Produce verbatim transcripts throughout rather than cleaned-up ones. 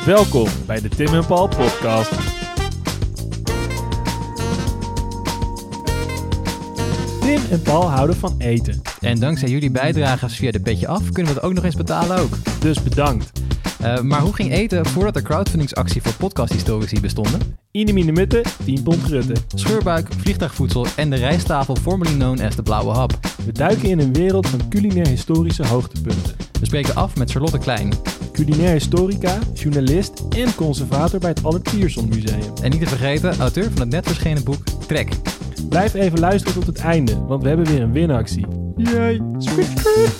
Welkom bij de Tim en Paul podcast. Tim en Paul houden van eten. En dankzij jullie bijdragers via de Petje Af kunnen we het ook nog eens betalen ook. Dus bedankt. Uh, maar hoe ging eten voordat er crowdfundingsactie voor podcasthistorici bestonden? Inemine mutte, tien pond grutte. Scheurbuik, vliegtuigvoedsel en de rijsttafel formerly known as de Blauwe Hap. We duiken in een wereld van culinair historische hoogtepunten. We spreken af met Charlotte Klein. Culinair historica, journalist en conservator bij het Albert Pierson Museum. En niet te vergeten, auteur van het net verschenen boek Trek. Blijf even luisteren tot het einde, want we hebben weer een winactie. Yay! Squeak!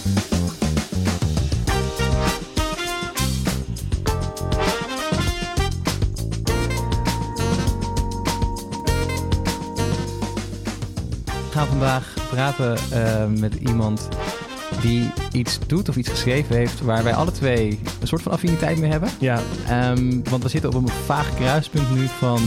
We gaan vandaag praten uh, met iemand die iets doet of iets geschreven heeft waar wij alle twee een soort van affiniteit mee hebben. Ja. Um, want we zitten op een vaag kruispunt nu van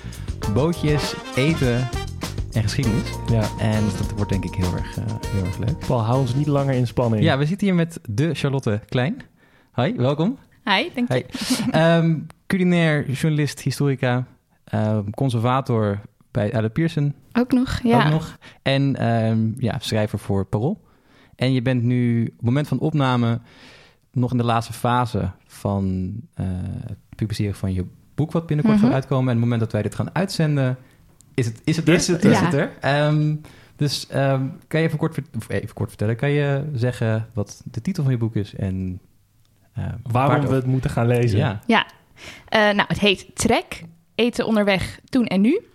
bootjes, eten en geschiedenis. Ja. En dat wordt denk ik heel erg, uh, heel erg leuk. Paul, hou ons niet langer in spanning. Ja, we zitten hier met de Charlotte Klein. Hi, welkom. Hi, dank je. Hi. Um, culinair, journalist, historica, uh, conservator bij Albert Pierson. Ook nog, ja. Ook nog. En um, ja, schrijver voor Parool. En je bent nu op het moment van opname nog in de laatste fase van uh, het publiceren van je boek wat binnenkort mm-hmm. gaat uitkomen. En op het moment dat wij dit gaan uitzenden, is het, is het er? Is het, is ja. het er? Um, dus um, kan je even kort, of even kort vertellen, kan je zeggen wat de titel van je boek is en uh, waarom we het moeten gaan lezen? Ja, ja. Uh, nou, het heet Trek, eten onderweg, toen en nu.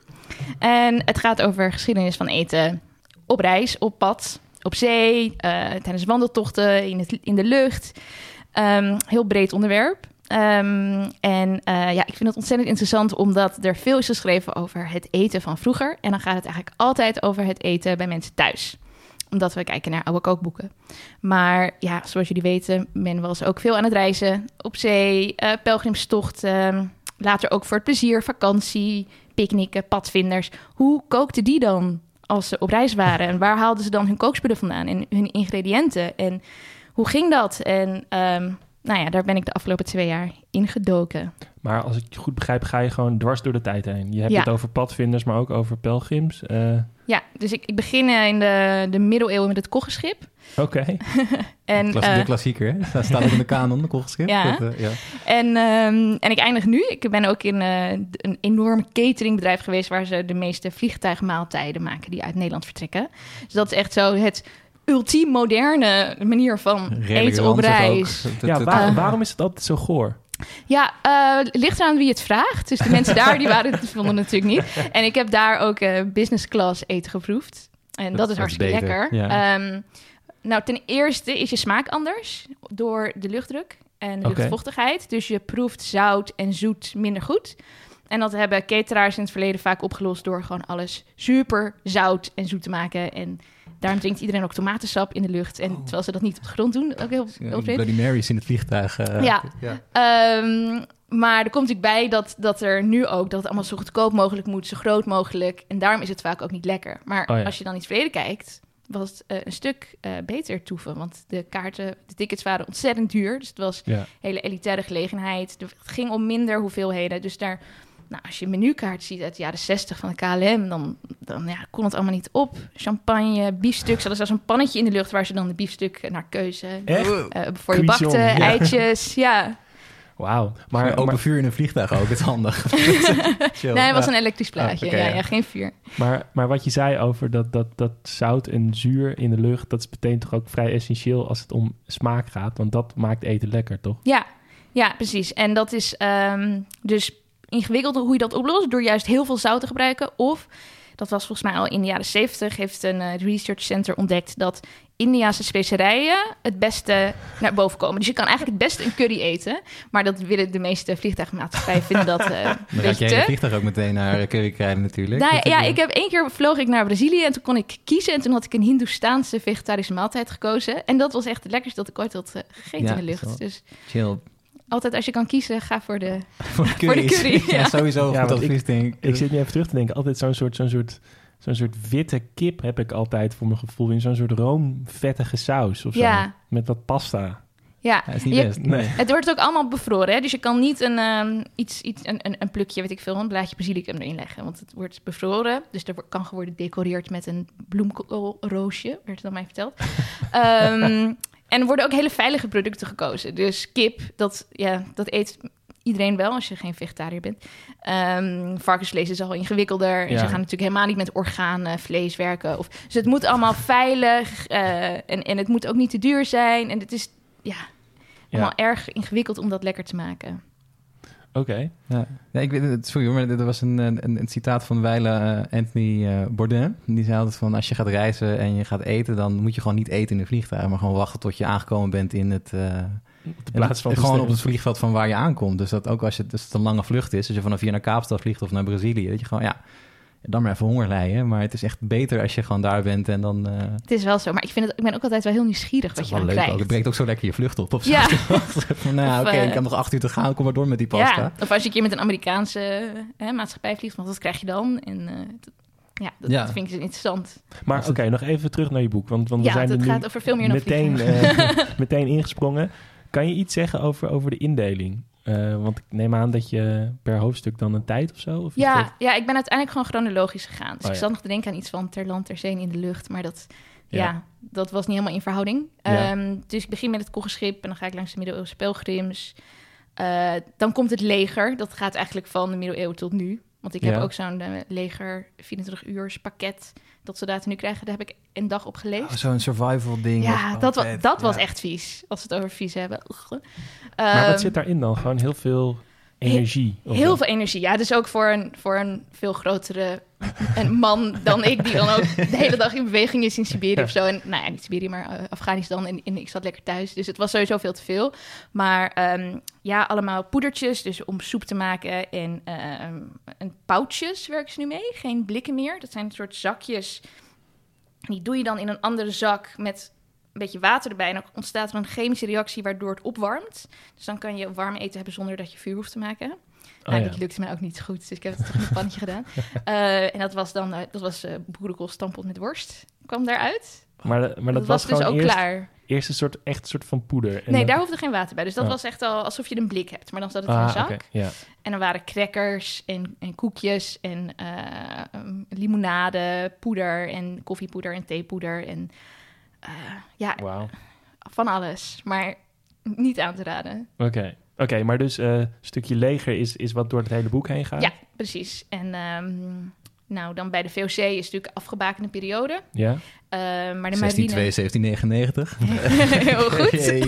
En het gaat over geschiedenis van eten op reis, op pad, op zee, uh, tijdens wandeltochten, in, het, in de lucht. Um, heel breed onderwerp. Um, en uh, ja, ik vind het ontzettend interessant omdat er veel is geschreven over het eten van vroeger. En dan gaat het eigenlijk altijd over het eten bij mensen thuis. Omdat we kijken naar oude kookboeken. Maar ja, zoals jullie weten, men was ook veel aan het reizen. Op zee, uh, pelgrimstochten, later ook voor het plezier, vakantie, picknicken, padvinders. Hoe kookten die dan als ze op reis waren? En waar haalden ze dan hun kookspullen vandaan en hun ingrediënten? En hoe ging dat? En um, nou ja, daar ben ik de afgelopen twee jaar in gedoken. Maar als ik je goed begrijp, ga je gewoon dwars door de tijd heen. Je hebt ja. het over padvinders, maar ook over pelgrims. Uh... Ja, dus ik, ik begin in de, de middeleeuwen met het koggenschip. Oké. Okay. En Klas, uh, de klassieker, hè? Daar staat ook in de kanon, de koggenschip. Ja. Dat, uh, ja. En, um, en ik eindig nu. Ik ben ook in uh, een enorm cateringbedrijf geweest waar ze de meeste vliegtuigmaaltijden maken die uit Nederland vertrekken. Dus dat is echt zo het ultiem moderne manier van Redelijk eten op reis. Ja, waar, uh, waarom is het altijd zo goor? Ja, uh, ligt eraan wie het vraagt. Dus de mensen daar, die waren het vonden natuurlijk niet. En ik heb daar ook uh, business class eten geproefd. En dat, dat is hartstikke beter. lekker. Ja. Um, nou, ten eerste is je smaak anders door de luchtdruk en de okay. luchtvochtigheid. Dus je proeft zout en zoet minder goed. En dat hebben cateraars in het verleden vaak opgelost door gewoon alles super zout en zoet te maken. En daarom drinkt iedereen ook tomatensap in de lucht. En oh. terwijl ze dat niet op de grond doen, ook heel, heel vreemd. Bloody Mary's in het vliegtuig. Uh, ja, ja. Um, maar er komt natuurlijk bij dat, dat er nu ook... dat het allemaal zo goedkoop mogelijk moet, zo groot mogelijk. En daarom is het vaak ook niet lekker. Maar oh ja. als je dan in het verleden kijkt, was het uh, een stuk uh, beter toeven. Want de kaarten, de tickets waren ontzettend duur. Dus het was een ja. hele elitaire gelegenheid. Het ging om minder hoeveelheden. Dus daar... Nou, als je een menukaart ziet uit de jaren zestig van de K L M, dan, dan ja, kon het allemaal niet op. Champagne, biefstuk. Ze hadden zelfs een pannetje in de lucht waar ze dan de biefstuk naar keuze... Echt? Uh, voor je bakte, ja. eitjes, ja. Wauw. Maar, maar open maar, vuur in een vliegtuig ook, het is handig. Nee, het was een elektrisch plaatje. Oh, okay, ja, ja, geen vuur. Maar, maar wat je zei over dat, dat, dat zout en zuur in de lucht, dat is meteen toch ook vrij essentieel als het om smaak gaat. Want dat maakt eten lekker, toch? Ja, ja precies. En dat is um, dus... ingewikkeld hoe je dat oplost door juist heel veel zout te gebruiken. Of, dat was volgens mij al in de jaren zeventig... heeft een uh, research center ontdekt dat Indiase specerijen het beste naar boven komen. Dus je kan eigenlijk het beste een curry eten. Maar dat willen de meeste vliegtuigmaatschappijen vinden dat uh, een beetje te. Je vliegtuig ook meteen naar curry krijgen natuurlijk. Nou, ja, ik heb één keer vloog ik naar Brazilië en toen kon ik kiezen. En toen had ik een Hindoestaanse vegetarische maaltijd gekozen. En dat was echt het lekkerste dat ik ooit had uh, gegeten ja, in de lucht. Dus chill. Altijd als je kan kiezen, ga voor de, voor de curry. Voor de curry ja. ja, sowieso. Ja, dat ik, ik, ik zit nu even terug te denken. Altijd zo'n soort, zo'n soort, zo'n soort witte kip heb ik altijd voor mijn gevoel in zo'n soort roomvettige saus of zo. Ja. Met wat pasta. Ja, Ja, is niet je- best. Nee. het wordt ook allemaal bevroren. Hè? Dus je kan niet een, ehm, iets, iets, een, een, een plukje, weet ik veel, een blaadje basilicum erin leggen. Want het wordt bevroren. Dus er wordt- kan worden gedecoreerd met een bloemkoolroosje, werd dan mij verteld. Ehm, en er worden ook hele veilige producten gekozen. Dus kip, dat, ja, dat eet iedereen wel als je geen vegetariër bent. Ehm, varkensvlees is al ingewikkelder. En Ja. ze gaan natuurlijk helemaal niet met organen, vlees werken. Of, dus het moet allemaal veilig. eh, en, en het moet ook niet te duur zijn. En het is ja, allemaal erg ingewikkeld om dat lekker te maken. Oké. Ja. Ja, ik weet het, sorry hoor, maar er was een, een, een citaat van wijle uh, Anthony uh, Bourdain. Die zei altijd van, als je gaat reizen en je gaat eten, dan moet je gewoon niet eten in een vliegtuig, maar gewoon wachten tot je aangekomen bent in het... Uh, Op de plaats van en gewoon bestemming. op het vliegveld van waar je aankomt. Dus dat ook als je, dus het een lange vlucht is, als je vanaf hier naar Kaapstad vliegt of naar Brazilië, dat je gewoon, ja, dan maar even honger lijden. Maar het is echt beter als je gewoon daar bent en dan... Uh, Het is wel zo, maar ik, vind het, ik ben ook altijd wel heel nieuwsgierig wat je dan leuk krijgt. ook. Het breekt ook zo lekker je vlucht op. Of zo. Ja. van, nou ja, Of, oké, uh, ik heb nog acht uur te gaan, kom maar door met die pasta. Ja, of als je een keer met een Amerikaanse hè, maatschappij vliegt, want wat krijg je dan? En uh, dat, ja, dat, Ja. dat vind ik dus interessant. Maar oké, nog even terug naar je boek. Want, want Ja, we zijn het er nu gaat over veel meer dan meteen, vliegen. uh, meteen ingesprongen. Kan je iets zeggen over, over de indeling? Uh, want ik neem aan dat je per hoofdstuk dan een tijd of zo? Of is Ja, dat... ja, ik ben uiteindelijk gewoon chronologisch gegaan. Dus Oh, ik ja. zat nog te denken aan iets van ter land, ter zee en in de lucht. Maar dat, ja. Ja. dat was niet helemaal in verhouding. Ja. Um, dus ik begin met het koggenschip en dan ga ik langs de middeleeuwse pelgrims. Uh, dan komt het leger. Dat gaat eigenlijk van de middeleeuwen tot nu. Want ik heb Ja. ook zo'n uh, leger vierentwintig uurs pakket dat soldaten nu krijgen. Daar heb ik een dag op geleefd. Oh, zo'n survival ding. Ja, of- dat, oh, wa- vet. dat was Ja. echt vies. Als we het over vies hebben. Ugh. Maar wat Ehm, zit daarin dan? Gewoon heel veel energie? of Heel wat? veel energie. Ja, dus ook voor een, voor een veel grotere een man dan ik, die dan ook de hele dag in beweging is in Siberië of zo. En nou ja, niet Siberië, maar uh, Afghanistan. En, en ik zat lekker thuis. Dus het was sowieso veel te veel. Maar um, ja, allemaal poedertjes. Dus om soep te maken. En um, een pouches werken ze nu mee. Geen blikken meer. Dat zijn een soort zakjes. Die doe je dan in een andere zak met een beetje water erbij. En dan ontstaat er een chemische reactie waardoor het opwarmt. Dus dan kan je warm eten hebben zonder dat je vuur hoeft te maken. Oh, nou, ja. dat lukte mij ook niet zo goed, dus ik heb het toch in een pannetje gedaan. Uh, en dat was dan uh, dat was uh, boerenkool stampot met worst. Kwam daaruit. Maar, maar dat, dat was, was dus gewoon ook eerst, klaar. eerst een soort, echt een soort van poeder. En Nee, dan... daar hoefde geen water bij. Dus dat Oh. was echt al alsof je een blik hebt. Maar dan zat het in ah, een zak. okay, ja. En dan waren crackers en, en koekjes en uh, um, limonade, poeder en koffiepoeder en theepoeder. En uh, ja, Wauw. van alles. Maar niet aan te raden. Oké, okay. okay, maar dus een uh, stukje leger is, is wat door het hele boek heen gaat? Ja, precies. En um, nou, dan bij de V O C is natuurlijk afgebakende periode. Ja. Uh, maar de zestien marine... twee zeventien negenennegentig Heel goed. Hey.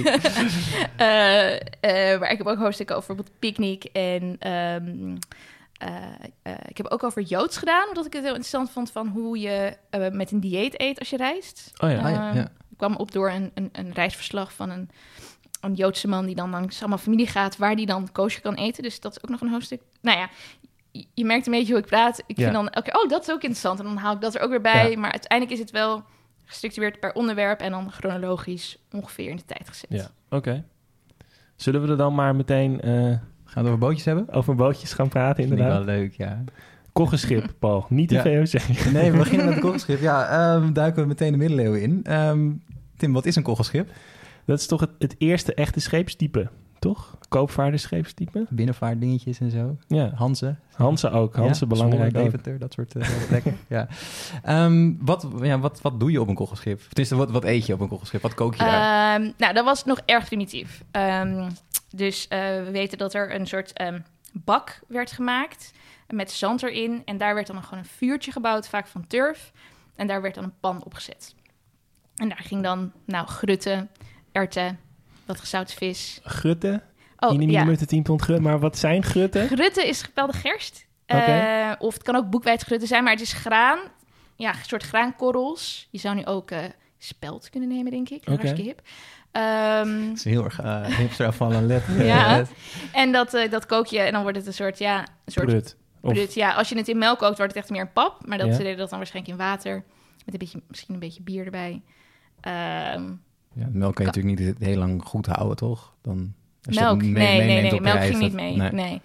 uh, uh, maar ik heb ook hoofdstukken over bijvoorbeeld picknick en... Um, uh, uh, ik heb ook over Joods gedaan, omdat ik het heel interessant vond van hoe je uh, met een dieet eet als je reist. Oh ja. Uh, Ah, ja, ja. Ik kwam op door een, een, een reisverslag van een, een Joodse man die dan langs allemaal familie gaat, waar die dan kosher kan eten. Dus dat is ook nog een hoofdstuk. Nou ja, je, je merkt een beetje hoe ik praat. Ik Ja. vind dan, oké, okay, oh, dat is ook interessant. En dan haal ik dat er ook weer bij. Ja. Maar uiteindelijk is het wel gestructureerd per onderwerp en dan chronologisch ongeveer in de tijd gezet. Ja, oké. Okay. Zullen we er dan maar meteen uh, Gaan we over bootjes hebben? over bootjes gaan praten, Vind ik inderdaad? wel leuk, ja. Koggenschip, Paul, niet de Ja. V O C. Nee, we beginnen met een koggenschip. Ja, um, duiken we meteen de middeleeuwen in. Um, Tim, wat is een koggenschip? Dat is toch het, het eerste echte scheepstype, toch? Koopvaarderscheepstype? Binnenvaartdingetjes en zo. Ja. Hanze. Hanze ook. Hanze ja, belangrijk Zwolle, ook. Deventer, dat soort uh, plekken. ja. Um, wat, ja, wat, wat doe je op een koggenschip? Tenminste, wat, wat eet je op een koggenschip? Wat kook je daar? Um, nou, dat was nog erg primitief. Um, dus uh, we weten dat er een soort um, bak werd gemaakt met zand erin. En daar werd dan gewoon een vuurtje gebouwd, vaak van turf. En daar werd dan een pan opgezet. En daar ging dan, nou, grutten, erwten, wat gezouten vis. Grutten? Oh, Inie, ja. met de tien pond grutten. Maar wat zijn grutten? Grutten is gepelde gerst. Okay. Uh, of het kan ook boekwijdgrutten zijn, maar het is graan. Ja, een soort graankorrels. Je zou nu ook uh, spelt kunnen nemen, denk ik. Okay. Hartstikke hip. Um, Het is heel erg uh, hipster afvallen, let. ja, en dat, uh, dat kook je en dan wordt het een soort, ja... Een soort Brut. Of... brut. Ja, als je het in melk kookt, wordt het echt meer een pap. Maar dat Ja. ze deden dat dan waarschijnlijk in water. Met een beetje, misschien een beetje bier erbij. Um, Ja, melk kan je natuurlijk niet heel lang goed houden, toch? Dan Als je dat Melk, mee- nee, nee, meeneemt nee. op Melk reis, ging niet dat- mee. nee. Nee.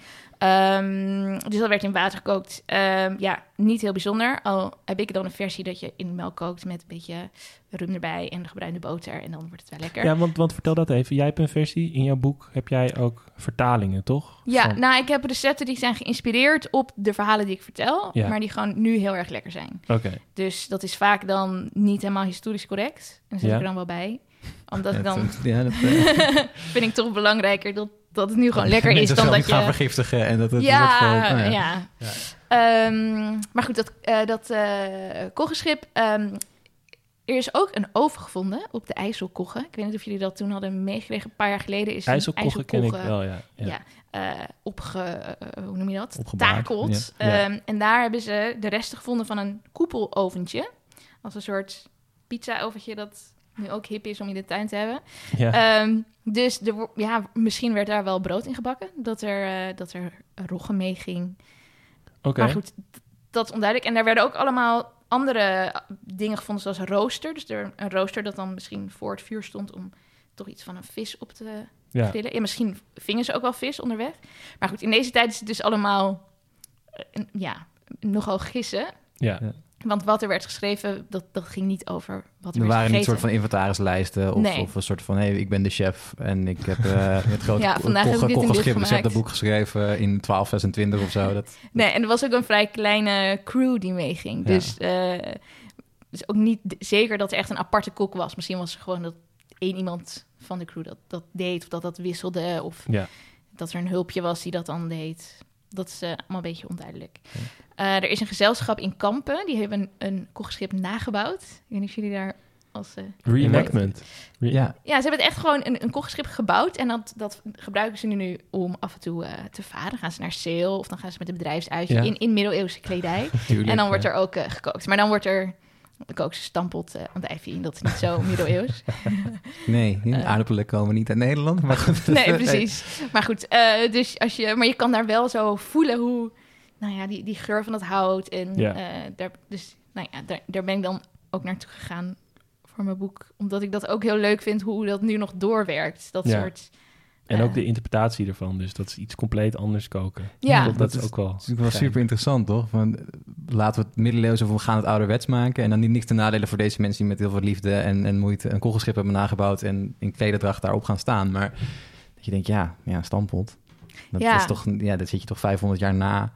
Ehm, dus dat werd in water gekookt. Ehm, ja, niet heel bijzonder. Al heb ik dan een versie dat je in melk kookt met een beetje rum erbij en de gebruinde boter. En dan wordt het wel lekker. Ja, want, want vertel dat even. Jij hebt een versie. In jouw boek heb jij ook vertalingen, toch? Ja, Van- nou, ik heb recepten die zijn geïnspireerd op de verhalen die ik vertel. Ja. Maar die gewoon nu heel erg lekker zijn. Oké. Dus dat is vaak dan niet helemaal historisch correct. En dat zet Ja. ik er dan wel bij. Omdat Ja, ik dan... het- ja, dat, eh, vind ik toch belangrijker dat, dat het nu gewoon lekker is mensen dan zelf dat niet gaan je... vergiftigen en dat het Ja, een soort van, oh ja. ja. Ehm, maar goed, dat, eh dat eh koggenschip... ehm, er is ook een oven gevonden op de IJsselkogge. Ik weet niet of jullie dat toen hadden meegekregen. Een paar jaar geleden is een IJsselkogge ken ik IJsselkogge, wel, ja. ja. Ja, eh, opge... eh, hoe noem je dat? Opgebaard, Takeld. ja. Ja. Ehm, en daar hebben ze de resten gevonden van een koepeloventje. Als een soort pizza-oventje dat nu ook hip is om in de tuin te hebben. Ja. Ehm, dus er, wo- ja, misschien werd daar wel brood in gebakken. Dat er, eh, dat er rogge mee ging. Oké. Maar goed, d- dat is onduidelijk. En daar werden ook allemaal andere dingen gevonden, zoals een rooster. Dus er, een rooster dat dan misschien voor het vuur stond om toch iets van een vis op te Ja. grillen. Ja, misschien vingen ze ook wel vis onderweg. Maar goed, in deze tijd is het dus allemaal eh, een- ja, nogal gissen. Ja. Ja. Want wat er werd geschreven, dat, dat ging niet over wat er, Er werd waren niet gegeten. een soort van inventarislijsten of, Nee. of een soort van... hé, hey, ik ben de chef en ik heb uh, het grote Ja, vandaag heb ik dit en dit koggenschip gemaakt. receptenboek geschreven in twaalf zesentwintig of zo. Dat, Nee, en er was ook een vrij kleine crew die meeging. Ja. Dus het is ook niet d- zeker dat er echt een aparte kok was. Misschien was er gewoon dat één iemand van de crew dat, dat deed... of dat dat wisselde, of Ja. dat er een hulpje was die dat dan deed. Dat is uh, allemaal een beetje onduidelijk. Uh, er is een gezelschap in Kampen. Die hebben een, een koggenschip nagebouwd. Ik weet niet of jullie daar als... Uh, Reenactment. Re- ja. Ja, ze hebben het echt gewoon een, een koggenschip gebouwd. En dat, dat gebruiken ze nu om af en toe uh, te varen. Dan gaan ze naar sail of dan gaan ze met een bedrijfsuitje Ja. in, in middeleeuwse kledij. Tuurlijk, En dan wordt ja. er ook uh, gekookt. Maar dan wordt er... Dan koken ze stampot uh, andijvie. Dat is niet zo middeleeuws. Nee, Uh, aardappelen komen niet uit Nederland. Maar goed. Nee, precies. Maar goed, uh, dus als je, maar je kan daar wel zo voelen hoe... Nou ja, die, die geur van het hout. En Ja. uh, daar, dus, nou ja, daar, daar ben ik dan ook naartoe gegaan voor mijn boek. Omdat ik dat ook heel leuk vind, hoe dat nu nog doorwerkt. Dat Ja. soort... En uh, ook de interpretatie ervan. Dus dat is iets compleet anders koken. Ja. Dat, dat is ook wel... Dat is wel super interessant, toch? Van, laten we het middeleeuws of we gaan het ouderwets maken. En dan niet niks te nadelen voor deze mensen die met heel veel liefde en, en moeite een koggenschip hebben nagebouwd en in klederdracht daarop gaan staan. Maar dat je denkt, ja, ja stampot. Dat Ja. is toch, ja, dat zit je toch vijfhonderd jaar na.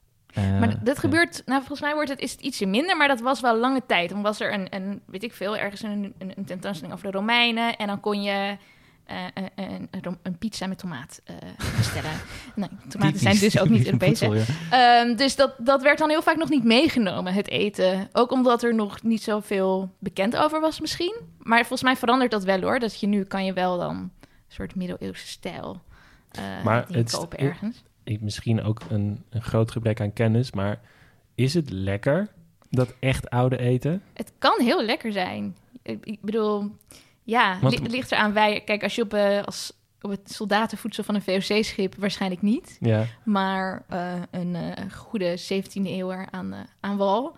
Uh, Maar dat ja. gebeurt, nou volgens mij wordt het, is het ietsje minder, maar dat was wel lange tijd. Dan was er een, een weet ik veel, ergens een, een, een tentoonstelling over de Romeinen. En dan kon je uh, een, een, een, een pizza met tomaat uh, bestellen. Nee, tomaten zijn dus ook niet Europees. Voedsel, ja. Um, dus dat, dat werd dan heel vaak nog niet meegenomen, het eten. Ook omdat er nog niet zoveel bekend over was misschien. Maar volgens mij verandert dat wel hoor. Dat je nu kan je wel dan een soort middeleeuwse stijl uh, Maar dingen het- kopen ergens. Ik, misschien ook een, een groot gebrek aan kennis. Maar is het lekker, dat echt oude eten? Het kan heel lekker zijn. Ik, ik bedoel, ja, Want- li- het ligt eraan. Wij, kijk, als je op, uh, als, op het soldatenvoedsel van een V O C-schip waarschijnlijk niet. Ja. Maar uh, een uh, goede zeventiende eeuwer aan, uh, aan wal.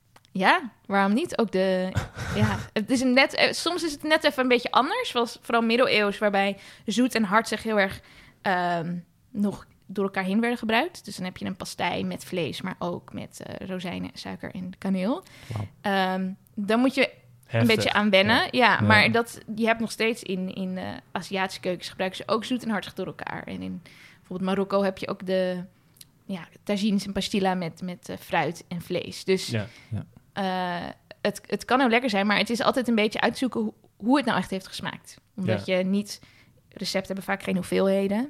Ja, waarom niet? Ook de, ja, het is een net, uh, soms is het net even een beetje anders. Was vooral middeleeuws, waarbij zoet en hard zich heel erg um, nog door elkaar heen werden gebruikt. Dus dan heb je een pastei met vlees, maar ook met uh, rozijnen, suiker en kaneel. Wow. Um, dan moet je Heftig. een beetje aan wennen. Ja, ja, Ja. maar dat, je hebt nog steeds in, in uh, Aziatische keukens gebruiken ze ook zoet en hartig door elkaar. En in bijvoorbeeld Marokko heb je ook de ja, tagines en pastilla met, met uh, fruit en vlees. Dus Ja. Ja. uh, het, het kan heel lekker zijn, maar het is altijd een beetje uitzoeken hoe, hoe het nou echt heeft gesmaakt. Omdat Ja. je niet... Recepten hebben vaak geen hoeveelheden.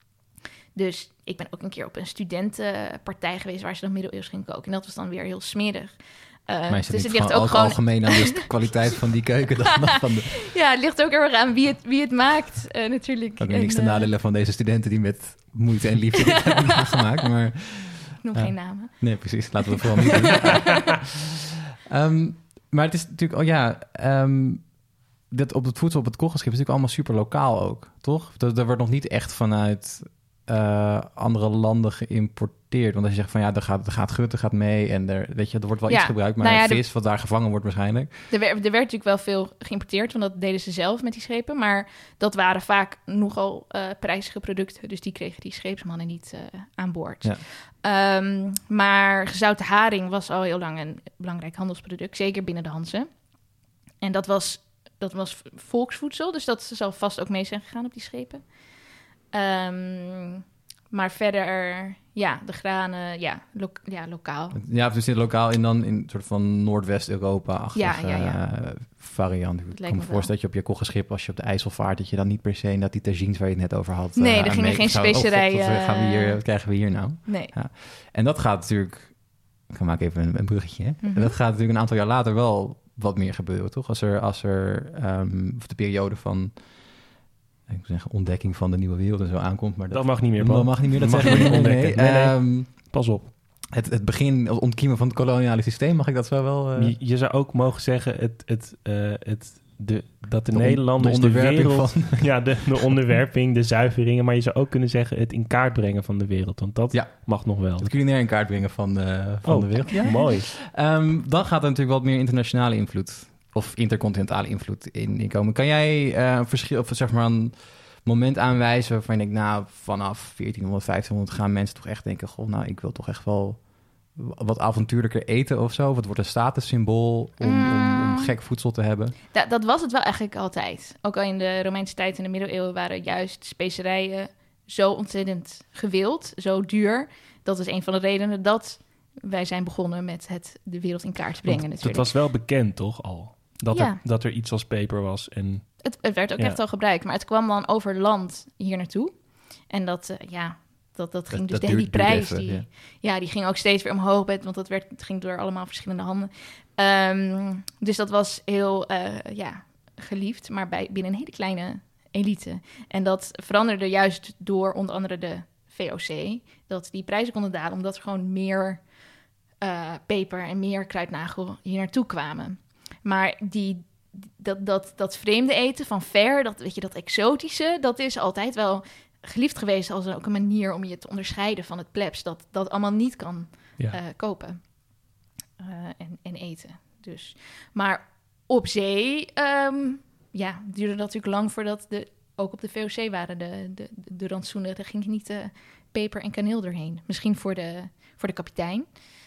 Dus ik ben ook een keer op een studentenpartij geweest waar ze dan middeleeuws ging koken. En dat was dan weer heel smerig. Uh, Maar is het dus niet het ligt gewoon ook ook gewoon... algemeen aan de kwaliteit van die keuken? Dan, dan van de, Ja, het ligt ook heel erg aan wie het, wie het maakt, uh, natuurlijk. ook En, niks te uh, nadelen van deze studenten die met moeite en liefde dit hebben nagemaakt. Maar Ik noem Ja. geen namen. nee, precies. Laten we het vooral niet doen. um, maar het is natuurlijk, oh ja, um, dat op het voedsel op het koggenschip is natuurlijk allemaal super lokaal ook, toch? Er, er wordt nog niet echt vanuit uh, andere landen geïmporteerd? Want als je zegt van ja, er gaat, er gaat gutten gaat mee en er, weet je, er wordt wel ja, iets gebruikt, maar nou ja, vis, de, wat daar gevangen wordt waarschijnlijk. Er werd, er werd natuurlijk wel veel geïmporteerd, want dat deden ze zelf met die schepen. Maar dat waren vaak nogal uh, prijzige producten, dus die kregen die scheepsmannen niet uh, aan boord. Ja. Um, maar gezouten haring was al heel lang een belangrijk handelsproduct, zeker binnen de Hanze. En dat was, dat was volksvoedsel, dus dat zal vast ook mee zijn gegaan op die schepen. Um, maar verder, ja, de granen, ja, lo- ja lokaal. Ja, dus in lokaal in dan in een soort van Noordwest-Europa-achtige ja, ja, ja. uh, variant. Ik kan me voorstellen dat je op je koggenschip, als je op de IJssel vaart, dat je dan niet per se dat die tagines waar je het net over had. Nee, uh, er gingen geen specerijen. Oh, wat, gaan we hier, wat krijgen we hier nou? Nee. Ja. En dat gaat natuurlijk, ik maak even een, een bruggetje, hè? Mm-hmm. En dat gaat natuurlijk een aantal jaar later wel wat meer gebeuren, toch? Als er, als er um, of de periode van, ik moet zeggen, ontdekking van de nieuwe wereld en zo aankomt. Maar dat, dat mag niet meer. Dat mag niet meer, dat, dat zeggen we niet ontdekken. Nee, nee. Um, Pas op. Het, het begin, het ontkiemen van het koloniale systeem, mag ik dat zo wel... Uh... Je, je zou ook mogen zeggen het, het, uh, het, de, dat de, de Nederlanders de, de wereld... Van... ja, de, de onderwerping, de zuiveringen. Maar je zou ook kunnen zeggen het in kaart brengen van de wereld. Want dat ja. mag nog wel. Het culinair in kaart brengen van, uh, van oh, de wereld. Ja, mooi. Um, dan gaat er natuurlijk wat meer internationale invloed... of intercontinentale invloed in, in komen. Kan jij uh, een verschil, of zeg maar een moment aanwijzen waarvan je denkt, nou, vanaf veertienhonderd, vijftienhonderd gaan mensen toch echt denken, goh, nou, ik wil toch echt wel wat avontuurlijker eten of zo? Wat wordt een statussymbool om, mm. om, om gek voedsel te hebben? Dat, dat was het wel eigenlijk altijd. Ook al in de Romeinse tijd en de middeleeuwen waren juist specerijen zo ontzettend gewild, zo duur. Dat is een van de redenen dat wij zijn begonnen met het de wereld in kaart te brengen. Want natuurlijk. Het was wel bekend, toch, al? Dat, ja. er, dat er iets als peper was. En... Het, het werd ook ja. echt al gebruikt, maar het kwam dan over land hier naartoe. En dat, uh, ja, dat, dat ging dat, dus... Dat duur, die prijs, even, die, ja. ja, die ging ook steeds weer omhoog, want dat werd, het ging door allemaal verschillende handen. Um, dus dat was heel, uh, ja, geliefd, maar bij, binnen een hele kleine elite. En dat veranderde juist door onder andere de V O C, dat die prijzen konden dalen, omdat er gewoon meer uh, peper en meer kruidnagel hier naartoe kwamen. Maar die, dat, dat, dat vreemde eten van ver, dat, weet je, dat exotische, dat is altijd wel geliefd geweest als ook een manier om je te onderscheiden van het plebs, dat dat allemaal niet kan ja. uh, kopen uh, en, en eten. Dus. Maar op zee, um, ja, duurde dat natuurlijk lang voordat de, ook op de V O C waren de, de, de rantsoenen, daar ging niet uh, peper en kaneel doorheen. Misschien voor de, voor de kapitein.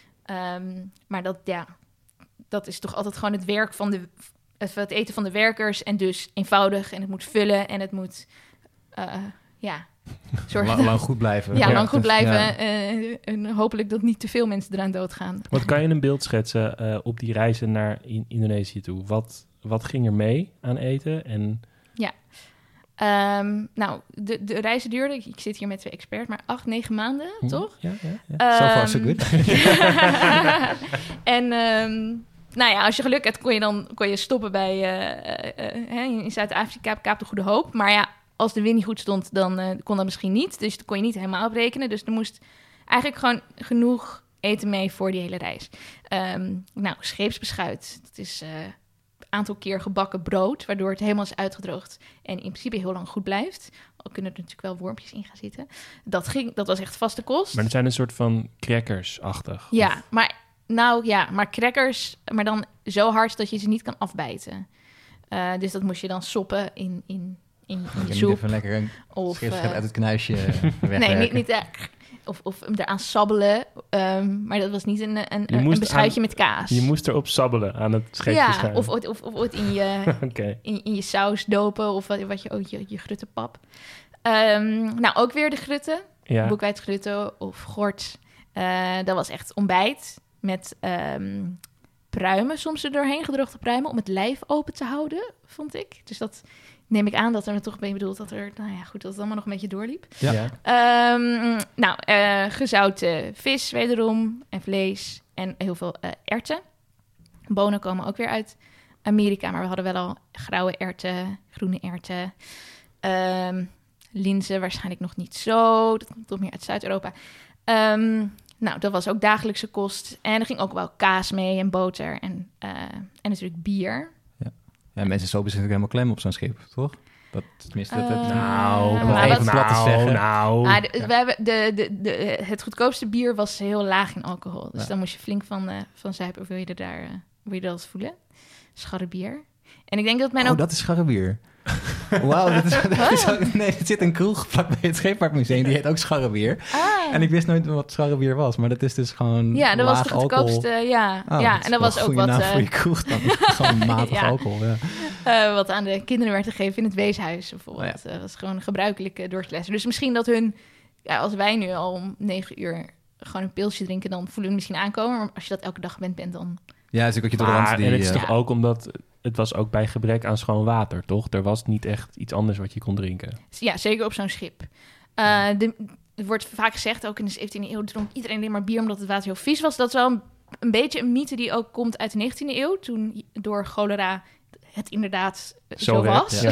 Um, maar dat, ja, dat is toch altijd gewoon het werk van de, het eten van de werkers en dus eenvoudig en het moet vullen en het moet, uh, ja, zorgen. Lang, lang goed blijven. Ja, ja, lang goed blijven ja. uh, en hopelijk dat niet te veel mensen eraan doodgaan. Wat kan je een beeld schetsen uh, op die reizen naar in- Indonesië toe? Wat, wat ging er mee aan eten en... Ja. Um, nou, de, de reizen duurden, ik zit hier met twee experts, maar acht, negen maanden, hm, toch? Ja, ja, ja. Um, so far so good. en um, nou ja, als je geluk hebt, kon je dan kon je stoppen bij uh, uh, uh, in Zuid-Afrika, Kaap de Goede Hoop. Maar ja, als de wind niet goed stond, dan uh, kon dat misschien niet. Dus dat kon je niet helemaal berekenen. Dus er moest eigenlijk gewoon genoeg eten mee voor die hele reis. Um, nou, scheepsbeschuit, dat is... Uh, aantal keer gebakken brood, waardoor het helemaal is uitgedroogd en in principe heel lang goed blijft. Al kunnen er natuurlijk wel wormpjes in gaan zitten. Dat, ging, dat was echt vaste kost. Maar het zijn een soort van crackers-achtig. Ja, of... maar nou ja, maar crackers, maar dan zo hard dat je ze niet kan afbijten. Uh, dus dat moest je dan soppen in, in, in, in je soep. Even lekker een of uh, uit het knuisje wegwerken. Nee, niet, niet uh, Of, of hem eraan sabbelen. Um, maar dat was niet een, een, een beschuitje aan, met kaas. Je moest erop sabbelen aan het scheepje. Ja, of, of, of, of het in je, okay. in, in je saus dopen. Of wat, wat je ook je, je gruttenpap. Um, nou, ook weer de grutten. Ja. Boekwijdgrutten of gort. Uh, dat was echt ontbijt. Met um, pruimen soms er doorheen. Gedroogde pruimen. Om het lijf open te houden, vond ik. Dus dat... neem ik aan dat er toch mee bedoeld dat er, nou ja, goed, dat het allemaal nog een beetje doorliep. Ja. Um, nou, uh, gezouten vis wederom en vlees en heel veel uh, erwten. Bonen komen ook weer uit Amerika, maar we hadden wel al grauwe erwten, groene erwten. Um, linzen waarschijnlijk nog niet zo, dat komt toch meer uit Zuid-Europa. Um, nou, dat was ook dagelijkse kost. En er ging ook wel kaas mee en boter en, uh, en natuurlijk bier. Ja, mensen zo natuurlijk helemaal klem op zo'n schip, toch? Dat, tenminste, dat, Uh, dat, Nou, Uh, om maar het even wat- plat te nou, zeggen. Nou, Ah, de, we hebben de, de, de, het goedkoopste bier was heel laag in alcohol. Dus Ja. dan moest je flink van, uh, van zuipen. Of wil je er daar, uh, wil je dat voelen? Scharrebier. En ik denk dat men oh, ook... dat is scharrebier. Wauw, dat is, dat is ook- nee, er zit een kroeg vlak bij het Scheepvaartmuseum, die heet ook scharrebier. Ah, En ik wist nooit wat scharrebier was, maar dat is dus gewoon ja, dat was laag de alcohol. goedkoopste. Ja, Oh, ja is en dat wel was een ook goede wat, naam uh, voor je kroeg dan. Gewoon matig Ja. alcohol, ja. uh, wat aan de kinderen werd gegeven in het weeshuis bijvoorbeeld. Oh, Dat was gewoon gebruikelijk uh, door te lessen. Dus misschien dat hun... Ja, als wij nu al om negen uur gewoon een pilsje drinken, dan voelen we het misschien aankomen. Maar als je dat elke dag gewend bent, dan... Ja, is ook wat je maar, tolerantie die... en het is eh, toch Ja. ook omdat... Het was ook bij gebrek aan schoon water, toch? Er was niet echt iets anders wat je kon drinken. Ja, zeker op zo'n schip. Uh, de, er wordt vaak gezegd, ook in de zeventiende eeuw dronk iedereen alleen maar bier omdat het water heel vies was. Dat is wel een, een beetje een mythe die ook komt uit de negentiende eeuw, toen door cholera het inderdaad zo, Zo werd, was.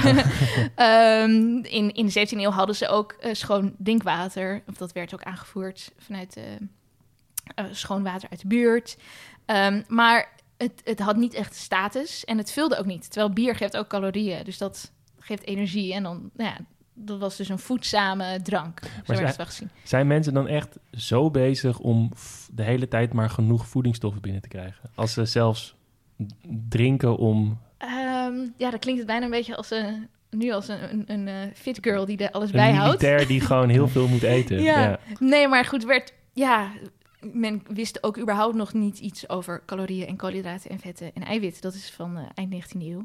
ja. um, in, in de zeventiende eeuw hadden ze ook uh, schoon drinkwater. Of dat werd ook aangevoerd vanuit uh, uh, schoon water uit de buurt. Um, maar het, het had niet echt status en het vulde ook niet. Terwijl bier geeft ook calorieën, dus dat geeft energie. En dan, nou ja, dat was dus een voedzame drank. Zo werd zij- het wel gezien. Zijn mensen dan echt zo bezig om f- de hele tijd maar genoeg voedingsstoffen binnen te krijgen? Als ze zelfs drinken om... Um, ja, dan klinkt het bijna een beetje als een, nu als een, een, een uh, fit girl die er alles Een bijhoudt. militair die gewoon heel veel moet eten. Ja. Ja. Nee, maar goed, werd, ja, men wist ook überhaupt nog niet iets over calorieën en koolhydraten en vetten en eiwitten. Dat is van uh, eind negentiende eeuw.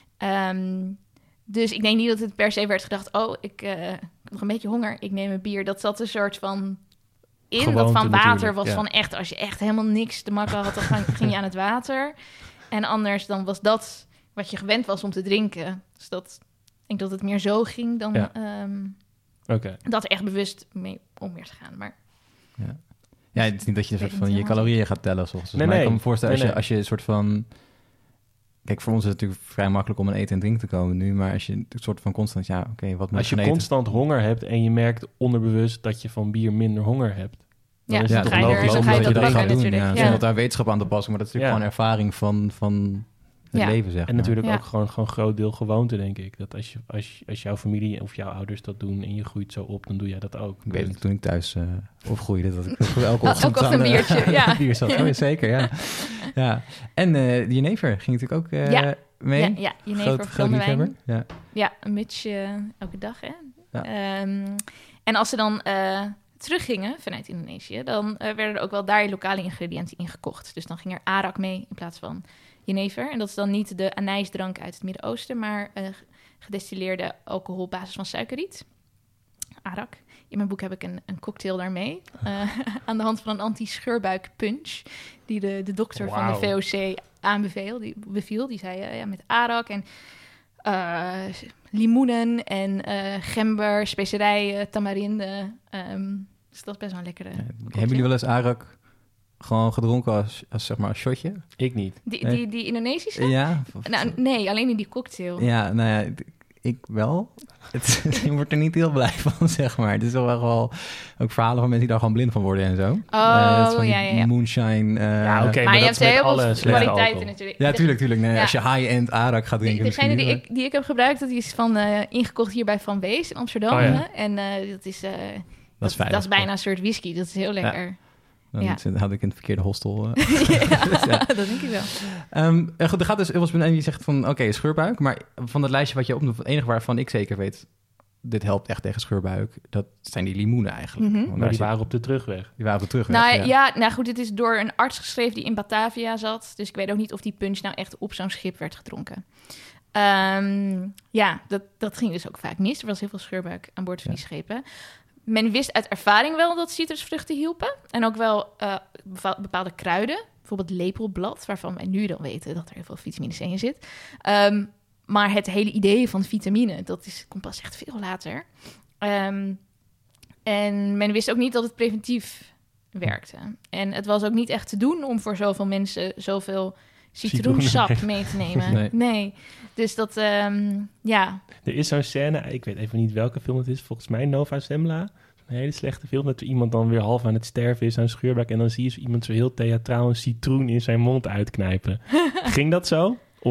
Um, dus ik denk niet dat het per se werd gedacht, oh, ik uh, heb nog een beetje honger, ik neem een bier. Dat zat een soort van in, Gewoonte dat van water natuurlijk, was ja. van echt, als je echt helemaal niks te makkelijk had, dan ging- ging je aan het water. En anders dan was dat wat je gewend was om te drinken. Dus dat, ik denk dat het meer zo ging dan Ja. um, Oké. dat er echt bewust mee om weer te gaan. Maar Ja. Ja, het is niet dat je een Weet soort van niet je helemaal. calorieën gaat tellen. Zoals, Nee, maar ik nee. kan me voorstellen, Nee, als, je, als je een soort van... Kijk, voor ons is het natuurlijk vrij makkelijk om aan eten en drinken te komen nu. Maar als je een soort van constant... Ja, oké, okay, wat moet Als ik je gaan constant honger hebt en je merkt onderbewust dat je van bier minder honger hebt. ja, is dan het ga je toch er, logisch dan om ga je dat dat je dat pakken gaat natuurlijk. Ja, Ja. zonder dat daar wetenschap aan te passen. Maar dat is natuurlijk Ja. gewoon ervaring van, van het Ja. leven, zeg maar. En natuurlijk Ja. ook gewoon gewoon een groot deel gewoonte, denk ik. Dat als, je, als, je- als jouw familie of jouw ouders dat doen en je groeit zo op, dan doe jij dat ook. Ik weet het, toen ik thuis uh, opgroeide, dat ik elke ochtend Elke ochtend aan een de- biertje, ja. bier zat. Oh, ja, zeker, ja. ja. En uh, de jenever ging natuurlijk ook uh, Ja. mee. Ja, ja, jenever groot, of groot brandewijn. liefhebber. Ja. Ja, een mutsje uh, elke dag, hè. Ja. Um, en als ze dan uh, teruggingen vanuit Indonesië, dan uh, werden er ook wel daar lokale ingrediënten in gekocht. Dus dan ging er arak mee in plaats van jenever. En dat is dan niet de anijsdrank uit het Midden-Oosten, maar uh, gedestilleerde alcohol op basis van suikerriet. Arak. In mijn boek heb ik een, een cocktail daarmee. Uh, aan de hand van een anti-scheurbuik punch. Die de, de dokter Wow. van de V O C aanbeveelde. Die beviel. Die zei uh, ja, met arak en uh, limoenen en uh, gember, specerijen, tamarinde. Um, dus dat is best wel een lekkere Ja. cocktail. Hebben jullie wel eens arak gewoon gedronken als, als zeg maar, als shotje? Ik niet. Die, Nee. die, die Indonesische? Ja. Of- Nou, nee, alleen in die cocktail. Ja, nou ja, d- ik wel. Het, je wordt er niet heel blij van, zeg maar. Het is wel echt wel ook verhalen van mensen die daar gewoon blind van worden en zo. Oh, Eh, het is van die ja, ja, ja. Moonshine. eh, Ja, oké, maar, maar je dat hebt is met heel alle veel slechte kwaliteiten alcohol. natuurlijk. Ja, De- tuurlijk, tuurlijk. Nee, Ja. Als je high-end arak gaat De, drinken degene die misschien ik, die ik heb gebruikt, dat is van uh, ingekocht hier bij Van Wees in Amsterdam. Oh, ja. hè. En uh, dat is, uh, dat, is veilig. dat is bijna een soort whisky. Dat is heel lekker. Dan ja. zit- had ik in het verkeerde hostel. eh. Ja, Dus ja. dat denk ik wel. Um, er gaat dus heel veel en je zegt van oké, okay, scheurbuik. Maar van het lijstje wat je opnoemt, het enige waarvan ik zeker weet, dit helpt echt tegen scheurbuik, dat zijn die limoenen eigenlijk. Mhm. Want Maar die, die waren op de terugweg. die waren er terug. Nou ja. ja. nou goed, dit is door een arts geschreven die in Batavia zat. Dus ik weet ook niet of die punch nou echt op zo'n schip werd gedronken. Um, ja, dat, dat ging dus ook vaak mis. Er was heel veel scheurbuik aan boord van die schepen. Men wist uit ervaring wel dat citrusvruchten hielpen. En ook wel uh, beva- bepaalde kruiden. Bijvoorbeeld lepelblad, waarvan wij nu dan weten dat er heel veel vitamine C in zit. Um, maar het hele idee van vitamine, dat is, komt pas echt veel later. Um, en men wist ook niet dat het preventief werkte. En het was ook niet echt te doen om voor zoveel mensen zoveel citroensap Citroen. mee te nemen. Nee. Nee. Dus dat, um, ja. Er is zo'n scène, ik weet even niet welke film het is, volgens mij Nova Zembla. Een hele slechte film, dat er iemand dan weer half aan het sterven is aan scheurbuik. En dan zie je zo iemand zo heel theatraal een citroen in zijn mond uitknijpen. Ging dat zo? Of...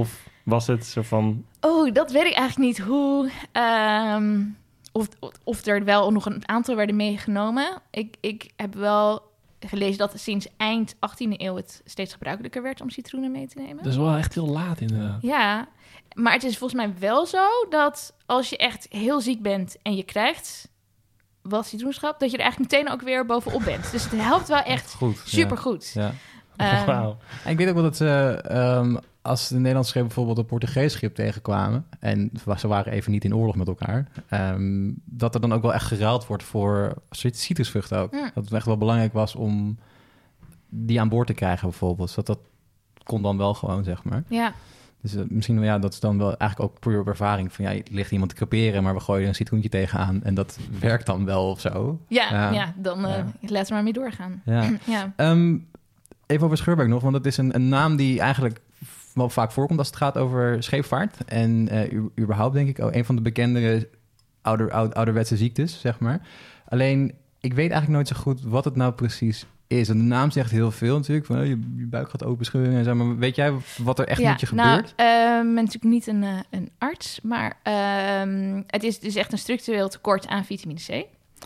was het zo van... Oh, dat weet ik eigenlijk niet. Hoe... Um, of, of er wel nog een aantal werden meegenomen. Ik, ik heb wel gelezen dat sinds eind achttiende eeuw het steeds gebruikelijker werd om citroenen mee te nemen. Dat is wel echt heel laat inderdaad. Ja, maar het is volgens mij wel zo dat als je echt heel ziek bent en je krijgt wat citroenschap, dat je er eigenlijk meteen ook weer bovenop bent. Dus het helpt wel echt Goed, supergoed. Ja. Ja. Um, Wauw. En ik weet ook wel dat ze, um, als de Nederlandse schepen bijvoorbeeld een Portugees schip tegenkwamen, en ze waren even niet in oorlog met elkaar, um, dat er dan ook wel echt geruild wordt voor citrusvruchten ook. Mm. Dat het echt wel belangrijk was om die aan boord te krijgen bijvoorbeeld. Dus dat, dat kon dan wel gewoon, zeg maar. Ja. Dus uh, misschien, ja, dat is dan wel eigenlijk ook puur op ervaring. Van ja, er ligt iemand te creperen, maar we gooien er een citroentje tegenaan en dat werkt dan wel of zo. Ja, Ja. ja, dan uh, Ja. laten we maar mee doorgaan. Ja. Ja. Um, even over Scheurbuik nog, want dat is een, een naam die eigenlijk wel vaak voorkomt als het gaat over scheepvaart. En uh, u, überhaupt denk ik ook een van de bekendere ouder, ouder, ouderwetse ziektes, zeg maar. Alleen, ik weet eigenlijk nooit zo goed wat het nou precies is. En de naam zegt heel veel natuurlijk, van uh, je, je buik gaat open scheuren en zo. Maar weet jij wat er echt ja, met je nou, gebeurt? ik ben natuurlijk niet een, uh, een arts, maar um, het is dus echt een structureel tekort aan vitamine C. Uh,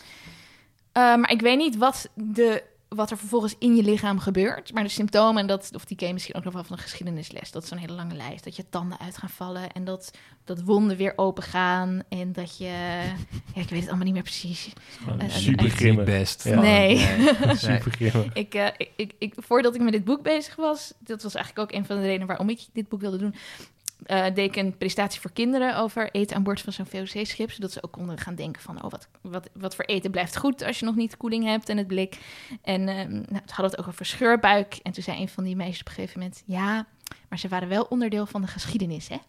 maar ik weet niet wat, de, wat er vervolgens in je lichaam gebeurt. Maar de symptomen, dat, of die ken je misschien ook nog wel van een geschiedenisles. Dat is zo'n hele lange lijst. Dat je tanden uit gaan vallen en dat, dat wonden weer open gaan. En dat je... Ja, ik weet het allemaal niet meer precies. Uh, Uh, super echt grimmig. Best. Ja. Nee. nee. Super grimmig. Ik, uh, ik, ik, ik, voordat ik met dit boek bezig was, dat was eigenlijk ook een van de redenen waarom ik dit boek wilde doen, uh, deed ik een presentatie voor kinderen over eten aan boord van zo'n V O C-schip, zodat ze ook konden gaan denken van, oh, wat, wat, wat voor eten blijft goed als je nog niet koeling hebt en het blik. En uh, nou, toen hadden we het ook over scheurbuik. En toen zei een van die meisjes op een gegeven moment, ja, maar ze waren wel onderdeel van de geschiedenis, hè?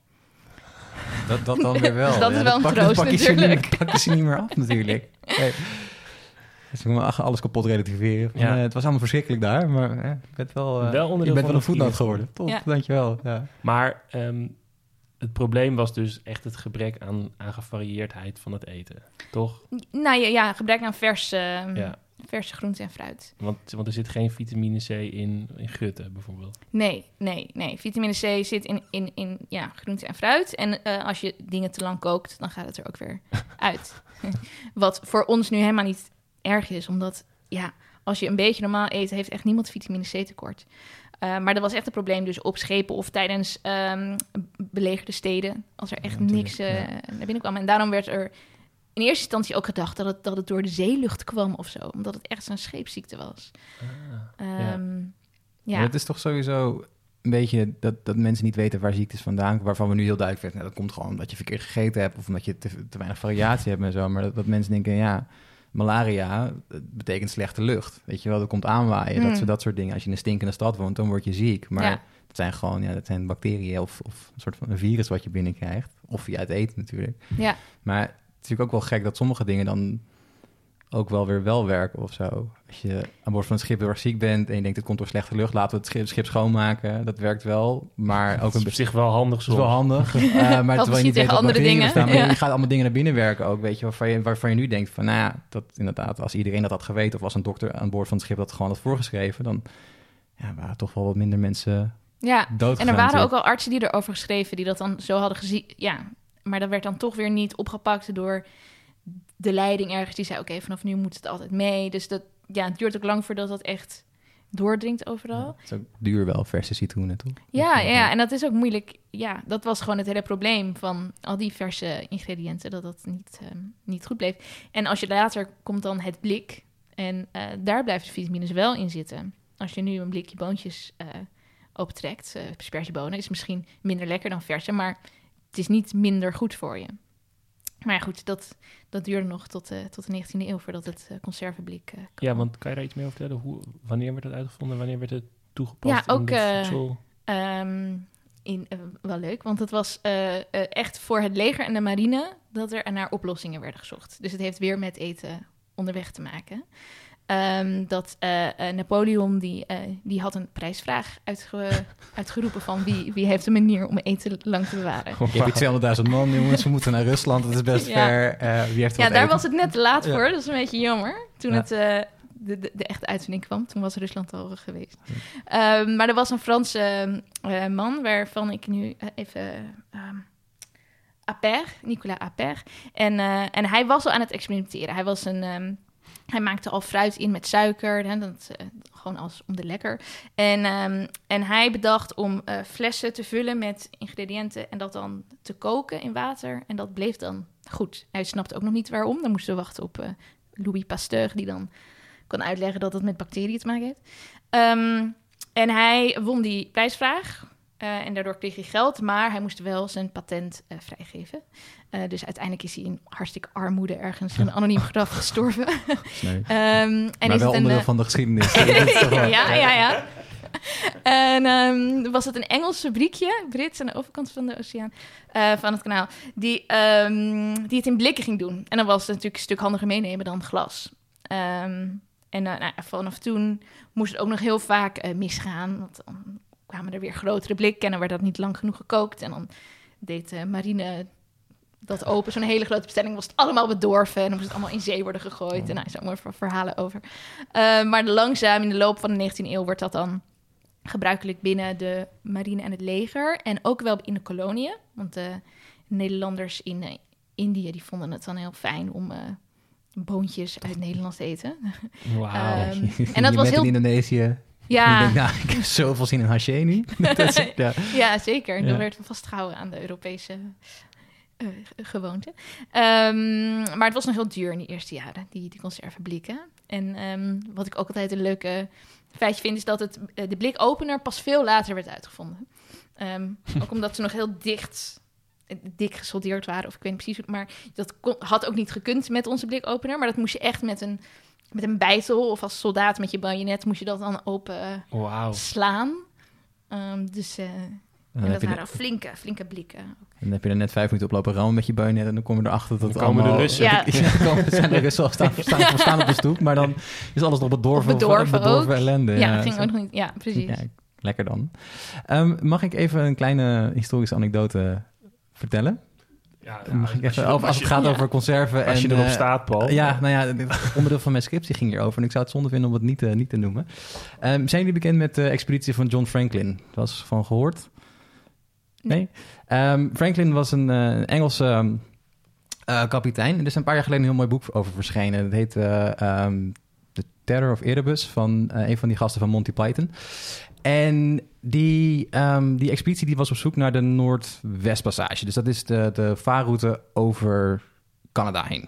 Dat, dat dan weer wel. Dus dat ja, is wel een pak, troost pak je ze natuurlijk. niet, pak je ze niet meer af natuurlijk. Nee. Dus we moeten alles kapot relativeren. Ja. Uh, het was allemaal verschrikkelijk daar, maar uh, je bent wel, uh, Wel onderdeel je bent van wel een de voetnoot geschiedenis. geworden. Top, Ja. dankjewel. Ja. Maar um, het probleem was dus echt het gebrek aan, aan gevarieerdheid van het eten, toch? Nou ja, ja gebrek aan verse, uh, Ja. verse groenten en fruit. Want, want er zit geen vitamine C in, in gutten bijvoorbeeld. Nee, nee, nee. Vitamine C zit in, in, in ja, groente en fruit. En uh, als je dingen te lang kookt, dan gaat het er ook weer uit. Wat voor ons nu helemaal niet erg is, omdat ja, als je een beetje normaal eet, heeft echt niemand vitamine C tekort. Uh, maar dat was echt een probleem dus op schepen of tijdens um, belegerde steden, als er echt Ja, niks uh, ja. naar binnen kwam. En daarom werd er in eerste instantie ook gedacht dat het, dat het door de zeelucht kwam of zo, omdat het echt zo'n scheepsziekte was. Ah, Um, ja. Maar het is toch sowieso een beetje dat, dat mensen niet weten waar ziektes vandaan komen, waarvan we nu heel duidelijk weten, nou, dat komt gewoon omdat je verkeerd gegeten hebt of omdat je te, te weinig variatie hebt en zo. Maar dat, dat mensen denken, ja, malaria dat betekent slechte lucht. Weet je wel, dat komt aanwaaien, Mm. dat, dat soort dingen. Als je in een stinkende stad woont, dan word je ziek. Maar Ja. het zijn gewoon, ja, dat zijn bacteriën of, of een soort van een virus wat je binnenkrijgt. Of via het eten natuurlijk. Ja. Maar het is natuurlijk ook wel gek dat sommige dingen dan ook wel weer wel werken of zo. Als je aan boord van het schip heel erg ziek bent en je denkt, het komt door slechte lucht, laten we het schip, schip schoonmaken. Dat werkt wel, maar ook Dat is een op zich wel handig dat is soms. wel handig. Uh, maar terwijl je misschien niet weet tegen wat andere bacteriën dingen. bestaan. Maar Ja. je gaat allemaal dingen naar binnen werken ook, weet je, waarvan je, waarvan je nu denkt van, nou ja, dat inderdaad, als iedereen dat had geweten of als een dokter aan boord van het schip dat gewoon had voorgeschreven, dan ja, waren toch wel wat minder mensen Ja, dood en er waren ook al artsen die erover geschreven die dat dan zo hadden gezien. Ja, maar dat werd dan toch weer niet opgepakt door de leiding ergens. Die zei, oké, okay, vanaf nu moet het altijd mee. Dus dat, ja, het duurt ook lang voordat dat echt doordringt overal. Ja, het is ook duur wel, verse citroenen, toch? Ja, ja, ja, en dat is ook moeilijk. Ja, dat was gewoon het hele probleem van al die verse ingrediënten, dat dat niet, um, niet goed bleef. En als je later komt dan het blik, en uh, daar blijven de vitamines wel in zitten. Als je nu een blikje boontjes uh, opentrekt, uh, aspergebonen, is misschien minder lekker dan verse, maar het is niet minder goed voor je. Maar ja, goed, dat, dat duurde nog tot, uh, tot de negentiende eeuw voordat het uh, conserveblik uh, kwam. Ja, want kan je daar iets meer over vertellen? Hoe, wanneer werd het uitgevonden? Wanneer werd het toegepast Ja, in ook, de uh, voedsel? Um, in, uh, wel leuk, want het was uh, uh, echt voor het leger en de marine dat er naar oplossingen werden gezocht. Dus het heeft weer met eten onderweg te maken. Um, dat uh, uh, Napoleon, die, uh, die had een prijsvraag uitge- uitgeroepen van wie, wie heeft een manier om eten lang te bewaren. Ik heb hier tweehonderdduizend man, jongens, we moeten naar Rusland, dat is best Ja. ver. Uh, wie heeft Ja, wat daar eten? was het net te laat Ja. voor, dat is een beetje jammer. Toen Ja. het uh, de, de, de echte uitvinding kwam. Toen was Rusland al geweest. Ja. Um, maar er was een Franse uh, man waarvan ik nu uh, even... Um, Appert, Nicolas Appert. En, uh, en hij was al aan het experimenteren. Hij was een... Um, Hij maakte al fruit in met suiker, hè, dat, uh, gewoon als om de lekker. En, um, en hij bedacht om uh, flessen te vullen met ingrediënten en dat dan te koken in water. En dat bleef dan goed. Hij snapte ook nog niet waarom. Dan moesten we wachten op uh, Louis Pasteur, die dan kon uitleggen dat het met bacteriën te maken heeft. Um, en hij won die prijsvraag. Uh, en daardoor kreeg hij geld, maar hij moest wel zijn patent uh, vrijgeven. Uh, dus uiteindelijk is hij in hartstikke armoede ergens in een anoniem graf gestorven. Nee. um, en maar is wel het onderdeel een, van de geschiedenis. ja, ja, ja, ja. En um, was het een Engels fabriekje, Brits aan de overkant van de oceaan, uh, van het kanaal, die, um, die het in blikken ging doen. En dan was het natuurlijk een stuk handiger meenemen dan glas. Um, en uh, nou, vanaf toen moest het ook nog heel vaak uh, misgaan, want dan kwamen er weer grotere blikken en dan werd dat niet lang genoeg gekookt. En dan deed uh, marine dat open, zo'n hele grote bestelling, was het allemaal bedorven en dan moest het allemaal in zee worden gegooid. En nou, er zijn allemaal verhalen over. Uh, maar langzaam in de loop van de negentiende eeuw wordt dat dan gebruikelijk binnen de marine en het leger. En ook wel in de koloniën. Want de Nederlanders in uh, Indië, die vonden het dan heel fijn om uh, boontjes uit Nederland te eten. Wauw. Um, en dat was heel... in Indonesië. Ja. Ik denk, nou, ik heb zoveel zin in haché nu. is, ja. ja, zeker. En ja. dan werd vastgehouden aan de Europese uh, gewoonte. Um, maar het was nog heel duur in die eerste jaren, die, die conserveblikken. En um, wat ik ook altijd een leuke feitje vind, is dat het, uh, de blikopener pas veel later werd uitgevonden. Um, ook omdat ze nog heel dicht, dik gesoldeerd waren, of ik weet niet precies. Maar dat kon, had ook niet gekund met onze blikopener. Maar dat moest je echt met een, met een bijtel of als soldaat met je bajonet moest je dat dan open uh, wow. slaan. Um, dus uh, en dat waren de... flinke, flinke blikken. En dan heb je er net vijf minuten op lopen rammen met je bajonet en dan kom je erachter dat dan komen allemaal... de Russen. Ja. ja, dan komen, zijn de Russen al staan, staan, staan op de stoep, maar dan is alles nog bedorven, bedorven, bedorven ellende. Ja, ja, dat ging zo. ook nog niet. Ja, precies. Ja, lekker dan. Um, mag ik even een kleine historische anekdote vertellen? Ja, Mag ik als, even, je, als, als het gaat ja. over conserven. als en, je erop uh, staat, Paul. Ja, nou ja, het onderdeel van mijn scriptie ging hierover. En ik zou het zonde vinden om het niet, uh, niet te noemen. Um, zijn jullie bekend met de expeditie van John Franklin? Dat was van gehoord? Nee? Um, Franklin was een uh, Engelse um, uh, kapitein. Er is een paar jaar geleden een heel mooi boek over verschenen. Het heet uh, um, The Terror of Erebus van uh, een van die gasten van Monty Python. En die, um, die expeditie die was op zoek naar de Noordwestpassage. Dus dat is de, de vaarroute over Canada heen.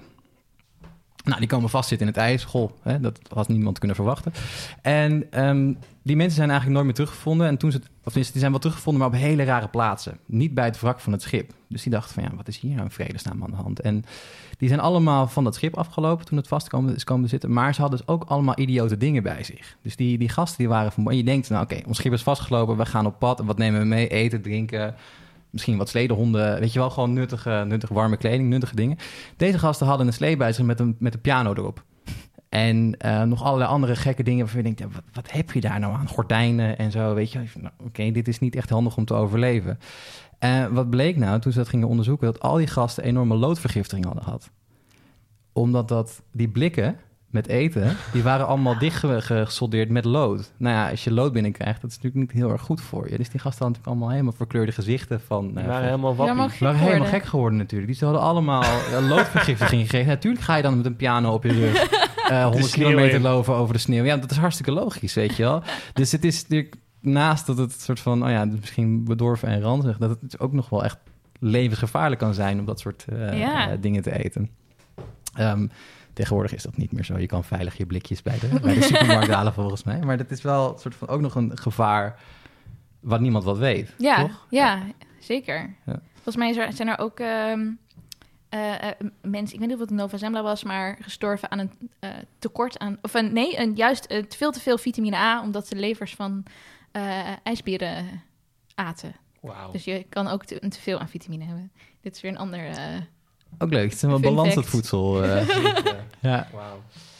Nou, die komen vastzitten in het ijs. Goh, hè, dat had niemand kunnen verwachten. En um, die mensen zijn eigenlijk nooit meer teruggevonden. En toen ze, of tenminste, die zijn wel teruggevonden, maar op hele rare plaatsen. Niet bij het wrak van het schip. Dus die dachten van, ja, wat is hier nou in vredesnaam aan de hand? En die zijn allemaal van dat schip afgelopen toen het vast kwam, is komen zitten. Maar ze hadden dus ook allemaal idiote dingen bij zich. Dus die, die gasten die waren van... En je denkt, nou oké, okay, ons schip is vastgelopen. We gaan op pad. En wat nemen we mee? Eten, drinken... Misschien wat sledehonden, weet je wel, gewoon nuttige, nuttige warme kleding, nuttige dingen. Deze gasten hadden een slee bij zich met een, met een piano erop. En uh, nog allerlei andere gekke dingen waarvan je denkt, ja, wat, wat heb je daar nou aan? Gordijnen en zo, weet je. Nou, Oké, okay, dit is niet echt handig om te overleven. Uh, wat bleek nou, toen ze dat gingen onderzoeken, dat al die gasten enorme loodvergiftiging hadden gehad. Omdat dat, die blikken met eten, die waren allemaal dicht gesoldeerd met lood. Nou ja, als je lood binnenkrijgt, dat is natuurlijk niet heel erg goed voor je. Dus die gasten hadden natuurlijk allemaal helemaal verkleurde gezichten van... Die uh, waren van, helemaal wappie. Ja, Ja, maar waren helemaal gek geworden natuurlijk. Die ze hadden allemaal uh, loodvergiftiging gekregen. Natuurlijk ga je dan met een piano op je rug uh, honderd kilometer lopen over de sneeuw. Ja, dat is hartstikke logisch, weet je wel. Dus het is natuurlijk, naast dat het soort van, oh ja, misschien bedorven en ranzig, dat het ook nog wel echt levensgevaarlijk kan zijn om dat soort uh, Ja. uh, dingen te eten. Um, Tegenwoordig is dat niet meer zo. Je kan veilig je blikjes bij de, bij de supermarkt halen, volgens mij. Maar dat is wel een soort van ook nog een gevaar wat niemand wat weet. Ja, toch? ja, zeker. Ja. Volgens mij zijn er ook um, uh, uh, mensen, ik weet niet of het Nova Zembla was, maar gestorven aan een uh, tekort aan, of een, nee, een, juist uh, veel te veel vitamine A, omdat ze levers van uh, ijsberen aten. Wauw. Dus je kan ook te, te veel aan vitamine hebben. Dit is weer een ander... Uh, Ook leuk. Het is wel Fun balans fact. het voedsel. Uh, ja. Wauw.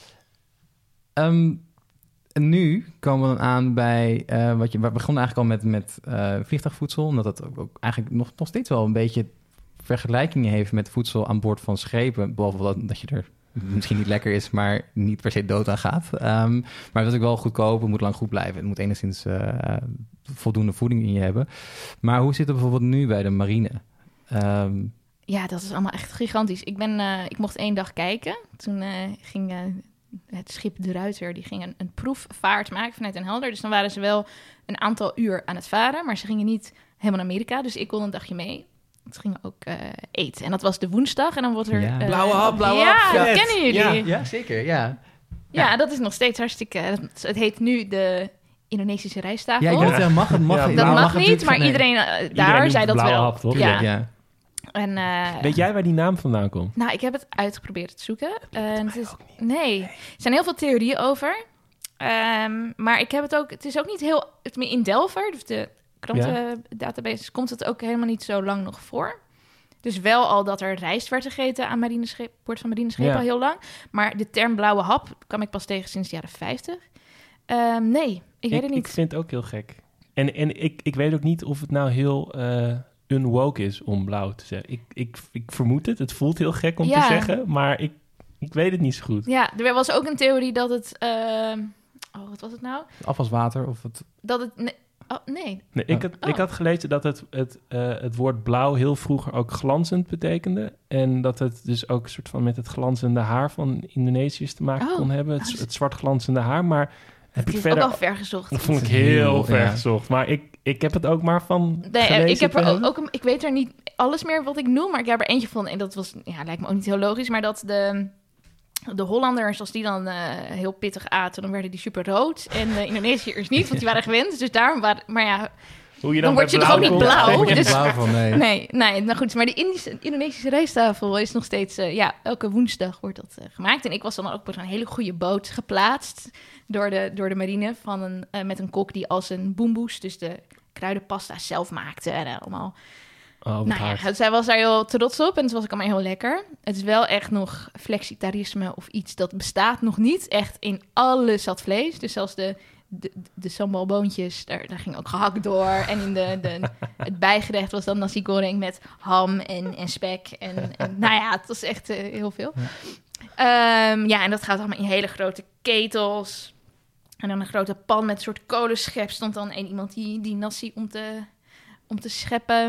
Um, en nu komen we dan aan bij uh, wat je... We begonnen eigenlijk al met, met uh, vliegtuigvoedsel, omdat dat ook, ook eigenlijk nog, nog steeds wel een beetje vergelijkingen heeft met voedsel aan boord van schepen. Behalve dat, dat je er misschien niet lekker is, maar niet per se dood aan gaat. Um, maar het is ook wel goedkoop, het moet lang goed blijven. Het moet enigszins uh, voldoende voeding in je hebben. Maar hoe zit het bijvoorbeeld nu bij de marine? Um, Ja, dat is allemaal echt gigantisch. Ik, ben, uh, ik mocht één dag kijken. Toen uh, ging uh, het schip De Ruiter, die ging een, een proefvaart maken vanuit Den Helder. Dus dan waren ze wel een aantal uur aan het varen, maar ze gingen niet helemaal naar Amerika. Dus ik kon een dagje mee. Ze gingen ook uh, eten. En dat was de woensdag. En dan wordt er... Ja. Uh, Blauwe hap, blauwe ja, hap. dat Vet. kennen jullie. ja, ja, zeker, ja. Ja, Ja. dat is nog steeds hartstikke... Het heet nu de Indonesische rijsttafel. Ja, ik wil het zeggen, mag het, mag Ja, het. dat Nou, mag, het niet, natuurlijk maar van- iedereen uh, Iedereen daar noemt zei het dat blauwe wel. hap, toch? Ja. Ja. En, uh, Weet jij waar die naam vandaan komt? Nou, ik heb het uitgeprobeerd te zoeken. Uh, het is, nee, er zijn heel veel theorieën over. Um, maar ik heb het ook... Het is ook niet heel... Het in Delver, dus de krantendatabases, komt het ook helemaal niet zo lang nog voor. Dus wel al dat er rijst werd gegeten aan marineschepen, boord van marineschepen Ja. al heel lang. Maar de term blauwe hap kwam ik pas tegen sinds de jaren vijftig. Um, nee, ik weet het niet. Ik vind het ook heel gek. En, en ik, ik weet ook niet of het nou heel uh, unwoke is om blauw te zeggen. Ik, ik, ik vermoed het. Het voelt heel gek om Ja. te zeggen, maar ik, ik weet het niet zo goed. Ja, er was ook een theorie dat het... Uh, oh, wat was het nou? Afwaswater of het... Dat het... Nee, oh, nee. Nee, ik, had, Oh. ik had gelezen dat het, het, uh, het woord blauw heel vroeger ook glanzend betekende. En dat het dus ook een soort van met het glanzende haar van Indonesiërs te maken Oh. kon hebben. Het, het zwart glanzende haar, maar heb Het ik is verder... ook al ver gezocht. Dat vond ik Heel, heel ver ja. gezocht. Maar ik, ik heb het ook maar van Nee, gelezen ik heb te er ook, hebben. ook een, ik weet er niet alles meer wat ik noem, maar ik heb er eentje van en dat was, ja, lijkt me ook niet heel logisch, maar dat de, de Hollanders, als die dan uh, heel pittig aten, dan werden die super rood en de Indonesiërs niet, want die waren gewend. Dus daarom waren, maar ja, Hoe je dan bij word je toch ook niet komt. blauw? Daar word je dus- niet blauw van, nee. nee, nee, nou goed, maar de Indische, Indonesische rijsttafel is nog steeds, uh, ja, elke woensdag wordt dat uh, gemaakt. En ik was dan ook op een hele goede boot geplaatst door de, door de marine van een, uh, met een kok die als een boemboes, dus de kruidenpasta zelf maakte en uh, allemaal. Oh, wat Nou hard. ja, zij was daar heel trots op en het was ook allemaal heel lekker. Het is wel echt nog flexitarisme of iets dat bestaat nog niet. Echt in alles zat vlees. Dus zelfs de, de, de sambalboontjes, daar, daar ging ook gehakt door. En in de, de, het bijgerecht was dan nasi goreng met ham en, en spek. En, en nou ja, het was echt uh, heel veel. Ja. Um, ja, en dat gaat allemaal in hele grote ketels. En dan een grote pan met een soort kolenschep. Stond dan één iemand die, die nasi om te, om te scheppen.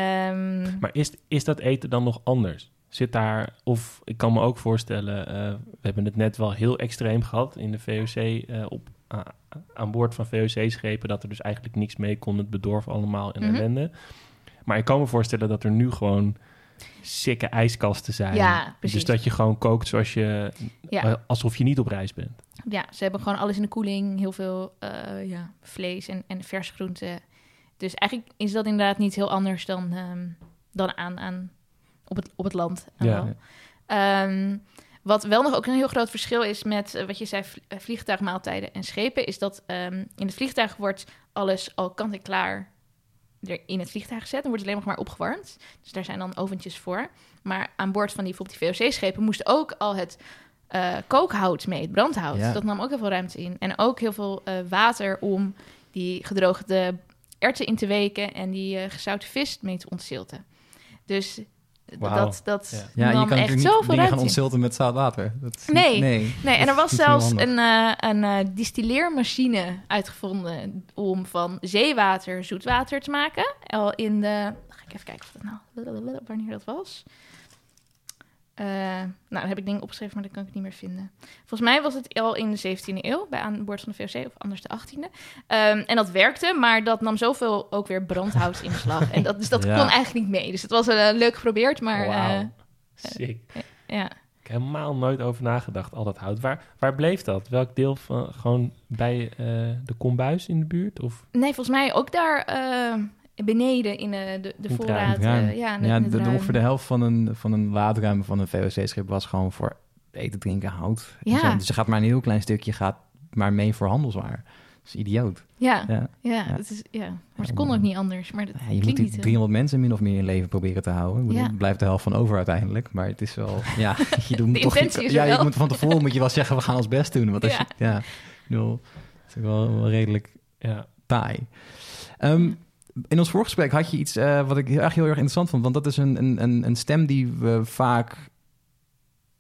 Um, Maar is, is dat eten dan nog anders? Zit daar, of ik kan me ook voorstellen, uh, we hebben het net wel heel extreem gehad in de V O C, uh, op, uh, aan boord van V O C-schepen, dat er dus eigenlijk niks mee kon, het bedorf allemaal en Mhm. ellende. Maar ik kan me voorstellen dat er nu gewoon sikke ijskasten zijn. Ja, precies. Dus dat je gewoon kookt zoals je, ja. uh, alsof je niet op reis bent. Ja, ze hebben gewoon alles in de koeling. Heel veel uh, ja, vlees en, en vers groente. Dus eigenlijk is dat inderdaad niet heel anders dan, um, dan aan, aan op, het, op het land. Aan Ja. wel. Um, wat wel nog ook een heel groot verschil is met uh, wat je zei, vl- uh, vliegtuigmaaltijden en schepen, is dat um, in het vliegtuig wordt alles al kant en klaar er in het vliegtuig gezet. Dan wordt het alleen nog maar opgewarmd. Dus daar zijn dan oventjes voor. Maar aan boord van die, bijvoorbeeld die V O C-schepen moest ook al het uh, kookhout mee, het brandhout. Ja. Dat nam ook heel veel ruimte in. En ook heel veel uh, water om die gedroogde erwten in te weken en die uh, gezouten vis mee te ontzilten. Dus Wauw. dat, dat Ja, je nam kan echt natuurlijk niet zoveel dingen ruimte gaan in. ontzilten met zout water. Dat is Nee. Niet, nee. Nee, en er Dat was is niet zo zelfs handig. een, uh, een uh, distilleermachine uitgevonden om van zeewater zoetwater te maken. Al in de... Ga ik even kijken of dat nou... Wanneer dat was. Uh, nou, dan heb ik dingen opgeschreven, maar dat kan ik niet meer vinden. Volgens mij was het al in de zeventiende eeuw, bij aan boord van de V O C, of anders de achttiende. Um, en dat werkte, maar dat nam zoveel ook weer brandhout in beslag. En dat, dus dat Ja. kon eigenlijk niet mee. Dus het was uh, leuk geprobeerd, maar... Wauw. Uh, Sick. ja. Ik heb helemaal nooit over nagedacht, al dat hout. Waar, waar bleef dat? Welk deel van, gewoon bij uh, de kombuis in de buurt? Of? Nee, volgens mij ook daar uh, beneden in uh, de, de het voorraad. ruim. Uh, ja, in Ja, het- in de, het de, ruim. ongeveer de helft van een, van een laadruim van een V O C-schip was gewoon voor eten, drinken, hout. En Ja. zo. Dus je gaat maar een heel klein stukje gaat maar mee voor handelswaar. Dat is idioot. Ja, Ja. ja, Ja. dat is, ja. Maar het kon ook niet anders. Maar dat Ja, je klinkt moet die niet... uh, driehonderd mensen min of meer in leven proberen te houden. Ik bedoel, Ja. Er blijft de helft van over uiteindelijk. Maar het is wel... Ja, je doet De toch, intentie is er ja, je wel. moet van tevoren moet je wel zeggen, we gaan ons best doen. Want als Ja. je... Ja, ik bedoel, het is ook wel, wel redelijk Ja. taai. Um, in ons voorgesprek had je iets uh, wat ik heel erg, heel erg interessant vond. Want dat is een, een, een, een stem die we vaak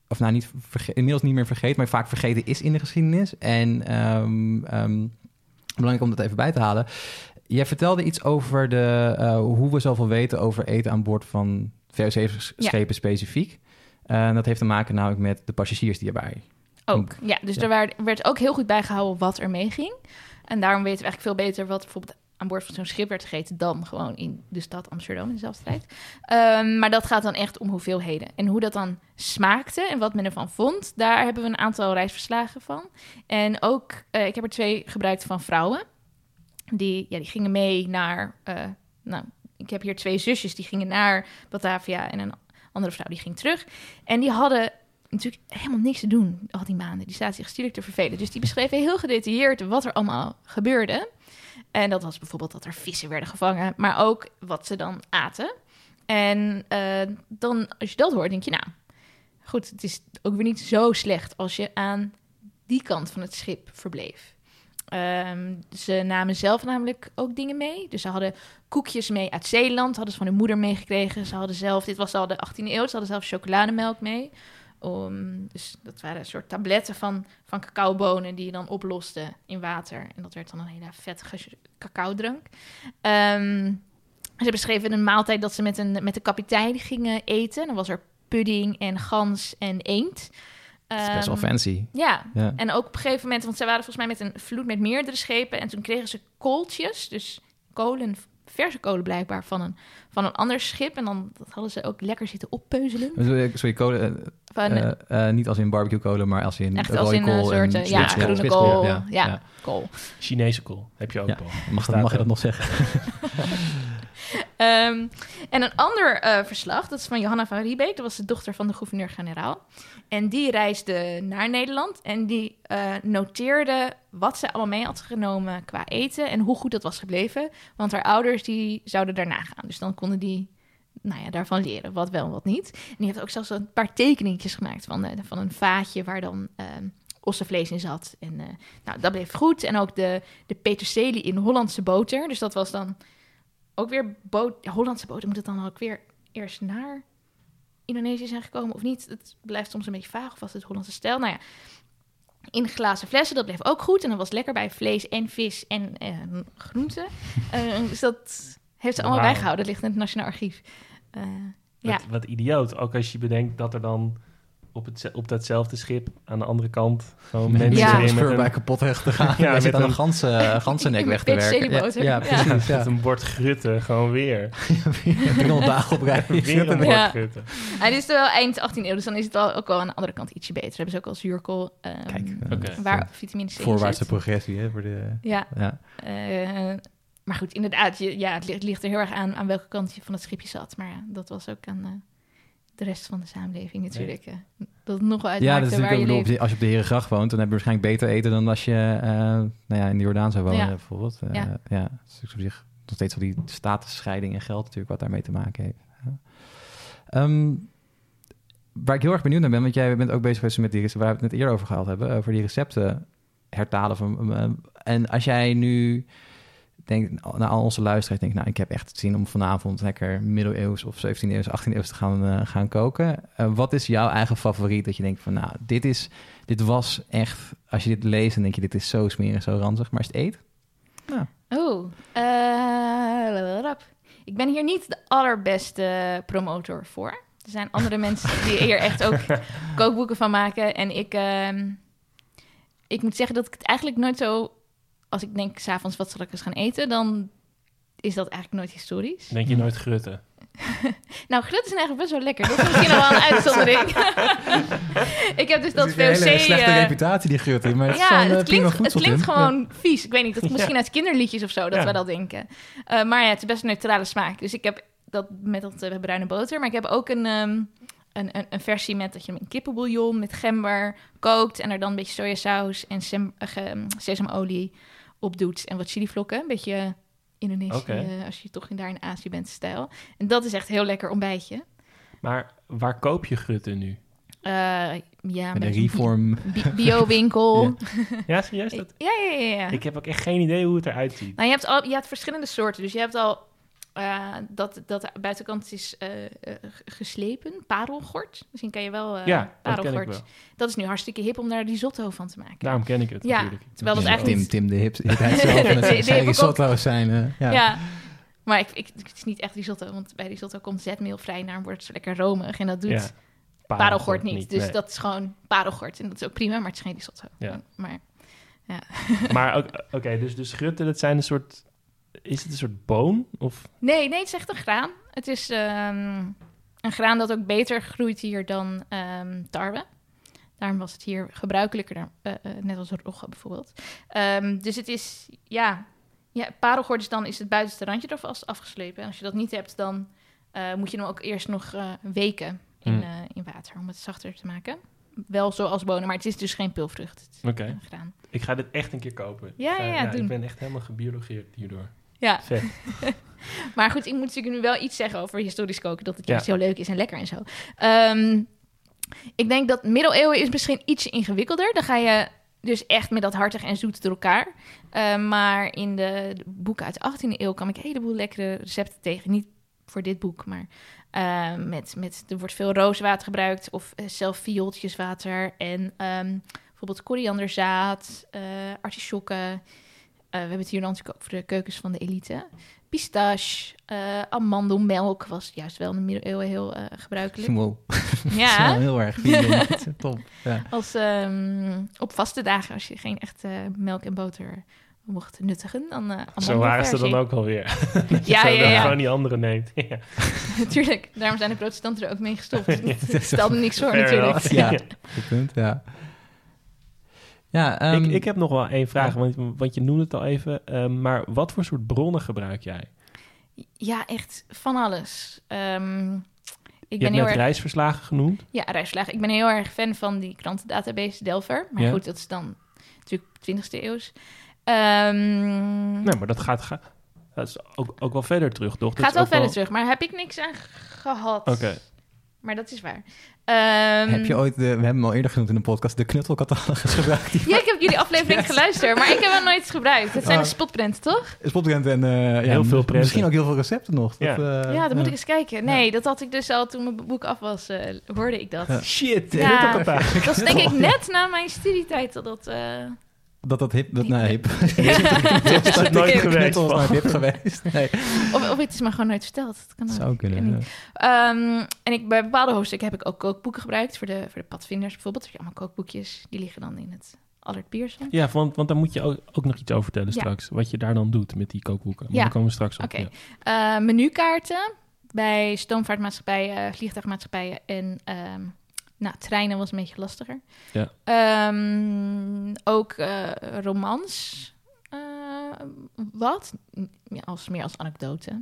of nou niet verge- inmiddels niet meer vergeten, maar vaak vergeten is in de geschiedenis. En um, um, belangrijk om dat even bij te halen. Jij vertelde iets over de, uh, hoe we zoveel weten over eten aan boord van V O C-schepen ja. specifiek. Uh, en dat heeft te maken namelijk met de passagiers die erbij. Ook, ja. Dus ja. er werd, werd ook heel goed bijgehouden wat er meeging. En daarom weten we eigenlijk veel beter wat bijvoorbeeld aan boord van zo'n schip werd gegeten dan gewoon in de stad Amsterdam in dezelfde tijd. Um, maar dat gaat dan echt om hoeveelheden. En hoe dat dan smaakte en wat men ervan vond, daar hebben we een aantal reisverslagen van. En ook, uh, ik heb er twee gebruikt van vrouwen. Die, ja, die gingen mee naar, uh, nou, ik heb hier twee zusjes, die gingen naar Batavia en een andere vrouw die ging terug. En die hadden natuurlijk helemaal niks te doen al die maanden. Die zaten zich stierlijk te vervelen. Dus die beschreven heel gedetailleerd wat er allemaal gebeurde. En dat was bijvoorbeeld dat er vissen werden gevangen, maar ook wat ze dan aten. En uh, dan, als je dat hoort, denk je, nou, goed, het is ook weer niet zo slecht als je aan die kant van het schip verbleef. Um, ze namen zelf namelijk ook dingen mee. Dus ze hadden koekjes mee uit Zeeland, hadden ze van hun moeder meegekregen. Ze hadden zelf, dit was al de achttiende eeuw, ze hadden zelf chocolademelk mee. Um, dus dat waren een soort tabletten van, van cacaobonen die je dan oploste in water. En dat werd dan een hele vettige cacaodrank. Um, ze beschreven een maaltijd dat ze met, een, met de kapitein gingen eten. Dan was er pudding en gans en eend. Dat is best wel fancy. Ja. ja, en ook op een gegeven moment, want zij waren volgens mij met een vloed met meerdere schepen. En toen kregen ze kooltjes, dus kolen, verse kolen blijkbaar, van een, van een ander schip. En dan dat hadden ze ook lekker zitten oppeuzelen. Sorry, sorry kolen, uh, van, uh, uh, niet als in barbecue kolen, maar als in echt rode als in kool. Een soort, ja, groene ja, kool. Ja, ja, ja, kool. Chinese kool, heb je ook ja. al. Mag, dat, mag je dat nog zeggen? Um, en een ander uh, verslag, dat is van Johanna van Riebeek. Dat was de dochter van de gouverneur-generaal. En die reisde naar Nederland en die uh, noteerde wat ze allemaal mee had genomen qua eten en hoe goed dat was gebleven. Want haar ouders die zouden daarna gaan. Dus dan konden die nou ja, daarvan leren, wat wel en wat niet. En die heeft ook zelfs een paar tekeningetjes gemaakt van, uh, van een vaatje waar dan Uh, ossenvlees in zat. En uh, nou, dat bleef goed. En ook de, de peterselie in Hollandse boter. Dus dat was dan ook weer boot, ja, Hollandse boter. Moet het dan ook weer eerst naar Indonesië zijn gekomen of niet? Het blijft soms een beetje vaag. Of was het Hollandse stijl? Nou ja, in glazen flessen, dat bleef ook goed. En dat was lekker bij vlees en vis en uh, groenten. Uh, dus dat heeft ze allemaal wow. bijgehouden. Dat ligt in het Nationaal Archief. Uh, wat, ja. wat idioot. Ook als je bedenkt dat er dan op, het, op datzelfde schip aan de andere kant gewoon met mensen ja. met een... een bij kapot weg te gaan. Ja, zit dan een ganse, ganzennek weg te werken. Ja, ja, precies. Ja. Met een bord grutten, gewoon weer. driehonderd dagen op rij. Weer een bord ja. grutten. Hij is wel eind achttiende eeuw, dus dan is het wel ook wel aan de andere kant ietsje beter. Hebben ze ook al zuurkool. Um, Kijk, okay. waar vitamine C voorwaartse zit. progressie, hè? Voor de, ja. ja. Uh, maar goed, inderdaad, je, ja, het ligt, ligt er heel erg aan aan welke kant je van het schipje zat. Maar ja, dat was ook aan Uh, de rest van de samenleving natuurlijk. Nee. Uh, dat het nog wel uitmaakte ja, dat is waar je leeft. Op, als je op de Herengracht woont, dan heb je waarschijnlijk beter eten dan als je uh, nou ja, in de Jordaan zou wonen, ja. bijvoorbeeld. Uh, ja. ja, het is op zich nog steeds wel die statusscheiding en geld natuurlijk wat daarmee te maken heeft. Ja. Um, waar ik heel erg benieuwd naar ben, want jij bent ook bezig geweest met die, waar we het net eerder over gehad hebben, over die recepten hertalen van. Uh, en als jij nu denk naar al onze luisteraars, denk ik, nou, ik heb echt zin om vanavond lekker middeleeuws of zeventiende eeuws, achttiende eeuws te gaan, uh, gaan koken. Uh, wat is jouw eigen favoriet dat je denkt van, nou, dit is, dit was echt, als je dit leest, dan denk je, dit is zo smerig, zo ranzig, maar is het eet? Nou. Oh, uh, ik ben hier niet de allerbeste promotor voor. Er zijn andere mensen die hier echt ook kookboeken van maken. En ik, uh, ik moet zeggen dat ik het eigenlijk nooit zo, als ik denk, 's avonds wat zal ik eens gaan eten, dan is dat eigenlijk nooit historisch. Denk je nooit grutten? Nou, grutten zijn eigenlijk best wel lekker. Dat is misschien nog wel een uitzondering. Ik heb dus dat V O C... Het is een hele slechte uh, reputatie, die grutten. Maar het, ja, is het klinkt, het klinkt gewoon ja. vies. Ik weet niet, dat is misschien ja. uit kinderliedjes of zo, dat ja. we dat denken. Uh, maar ja, het is best een neutrale smaak. Dus ik heb dat met dat uh, bruine boter. Maar ik heb ook een, um, een, een, een versie met dat je een kippenbouillon met gember kookt en er dan een beetje sojasaus en sem, uh, sesamolie op doet en wat chilivlokken. Een beetje Indonesië, okay. uh, als je toch in, daar in Azië bent, stijl. En dat is echt heel lekker ontbijtje. Maar waar koop je grutten nu? Uh, ja, met een reform bi- bio-winkel. ja. ja, serieus? Dat? Ja, ja, ja, ja. Ik heb ook echt geen idee hoe het eruit ziet. Nou, je hebt al, je hebt verschillende soorten. Dus je hebt al Uh, dat, dat de buitenkant is uh, uh, geslepen, parelgort. Misschien ken je wel uh, ja, parelgort. dat ken ik wel. Dat is nu hartstikke hip om daar risotto van te maken. Daarom ken ik het ja, natuurlijk. Terwijl dat Ja, eigenlijk Tim, niet... Tim de hip, hipheid zelf en Die- het die zijn heb ik risotto's zijn. Uh, ja. Ja, maar ik, ik, het is niet echt risotto, want bij risotto komt zetmeel vrij en daarom wordt het zo lekker romig. En dat doet Ja, parelgort niet. Dus nee. dat is gewoon parelgort. En dat is ook prima, maar het is geen risotto. Ja. Maar Maar ook- oké, okay, dus, dus grutten, dat zijn een soort... Is het een soort boon? Of... nee, nee, het is echt een graan. Het is um, een graan dat ook beter groeit hier dan um, tarwe. Daarom was het hier gebruikelijker, dan, uh, uh, net als rogge bijvoorbeeld. Um, dus het is, ja... ja parelgort is dan is het buitenste randje er vast afgeslepen. En als je dat niet hebt, dan uh, moet je hem ook eerst nog uh, weken in, Hmm. uh, in water om het zachter te maken. Wel zoals bonen, maar het is dus geen pulvrucht. Het is Oké. een graan. Ik ga dit echt een keer kopen. Ja, Ik ga- ja, ja, doen. Ik ben echt helemaal gebiologeerd hierdoor. Ja, Vet. maar goed, ik moet natuurlijk nu wel iets zeggen over historisch koken. Dat het Ja. juist heel leuk is en lekker en zo. Um, ik denk dat middeleeuwen is misschien ietsje ingewikkelder. Dan ga je dus echt met dat hartig en zoet door elkaar. Uh, maar in de, de boeken uit de achttiende eeuw kwam ik een heleboel lekkere recepten tegen. Niet voor dit boek, maar uh, met, met, er wordt veel rozenwater gebruikt of uh, zelf viooltjeswater. En um, bijvoorbeeld korianderzaad, uh, artisjokken. Uh, we hebben het hier dan natuurlijk ook voor de keukens van de elite. Pistache, uh, amandelmelk was juist wel in de middeleeuwen heel uh, gebruikelijk. Wow. Ja, Dat is wel heel erg. Vind je top. Ja. als um, op vaste dagen, als je geen echte melk en boter mocht nuttigen, dan uh, Zo waren ze dan ook alweer. Dat je Ja, zo ja, dan ja. gewoon die andere neemt. Ja. Natuurlijk, daarom zijn de protestanten er ook mee gestopt. Ja, Het stelde niks voor Fair natuurlijk. enough. Ja, Ja. goed punt. Ja. Ja, um, ik, ik heb nog wel één vraag, ja. want, want je noemde het al even. Um, maar wat voor soort bronnen gebruik jij? Ja, echt van alles. Um, ik je ben hebt heel net erg... reisverslagen genoemd. Ja, reisverslagen. Ik ben heel erg fan van die krantendatabase Delver. Maar Ja. goed, dat is dan natuurlijk twintigste eeuws. Um, Nee, maar dat gaat, ga, dat is ook, ook wel verder terug, toch? Dat gaat is wel ook verder terug, maar heb ik niks aan gehad. Oké. Maar dat is waar. Um, heb je ooit, de, we hebben hem al eerder genoemd in de podcast, de knutselcatalogus gebruikt? Die Ja, ik heb jullie aflevering geluisterd, maar ik heb hem nooit gebruikt. Het zijn Oh. de spotprenten, toch? Spotprint en uh, Heel ja, veel prenten. misschien ook heel veel recepten nog. Ja. Dat, uh, Ja, dan moet ik eens kijken. Nee, dat had ik dus al toen mijn boek af was, uh, hoorde ik dat. Ja. Shit, Ja. ja. dit ook Dat was denk ik net na mijn studietijd dat dat... Uh, Dat dat hip, dat, nou, hip. Dit is het nooit Hip. geweest. Net als nooit hip geweest. Nee. of, of het is maar gewoon nooit verteld. Dat kan Dat ook. zou Ik weet kunnen. niet. Ja. Um, en ik, bij bepaalde hoofdstukken heb ik ook kookboeken gebruikt. Voor de, voor de padvinders bijvoorbeeld. Heb je allemaal kookboekjes. Die liggen dan in het Allard Pierson. Ja, want, want daar moet je ook, ook nog iets over vertellen Ja. straks. Wat je daar dan doet met die kookboeken. Maar Ja. daar komen we straks op. Oké. Ja. Uh, menukaarten bij stoomvaartmaatschappijen, vliegtuigmaatschappijen en um, nou, treinen was een beetje lastiger. Ja. Um, ook uh, romans. Uh, wat? Ja, als, meer als anekdote.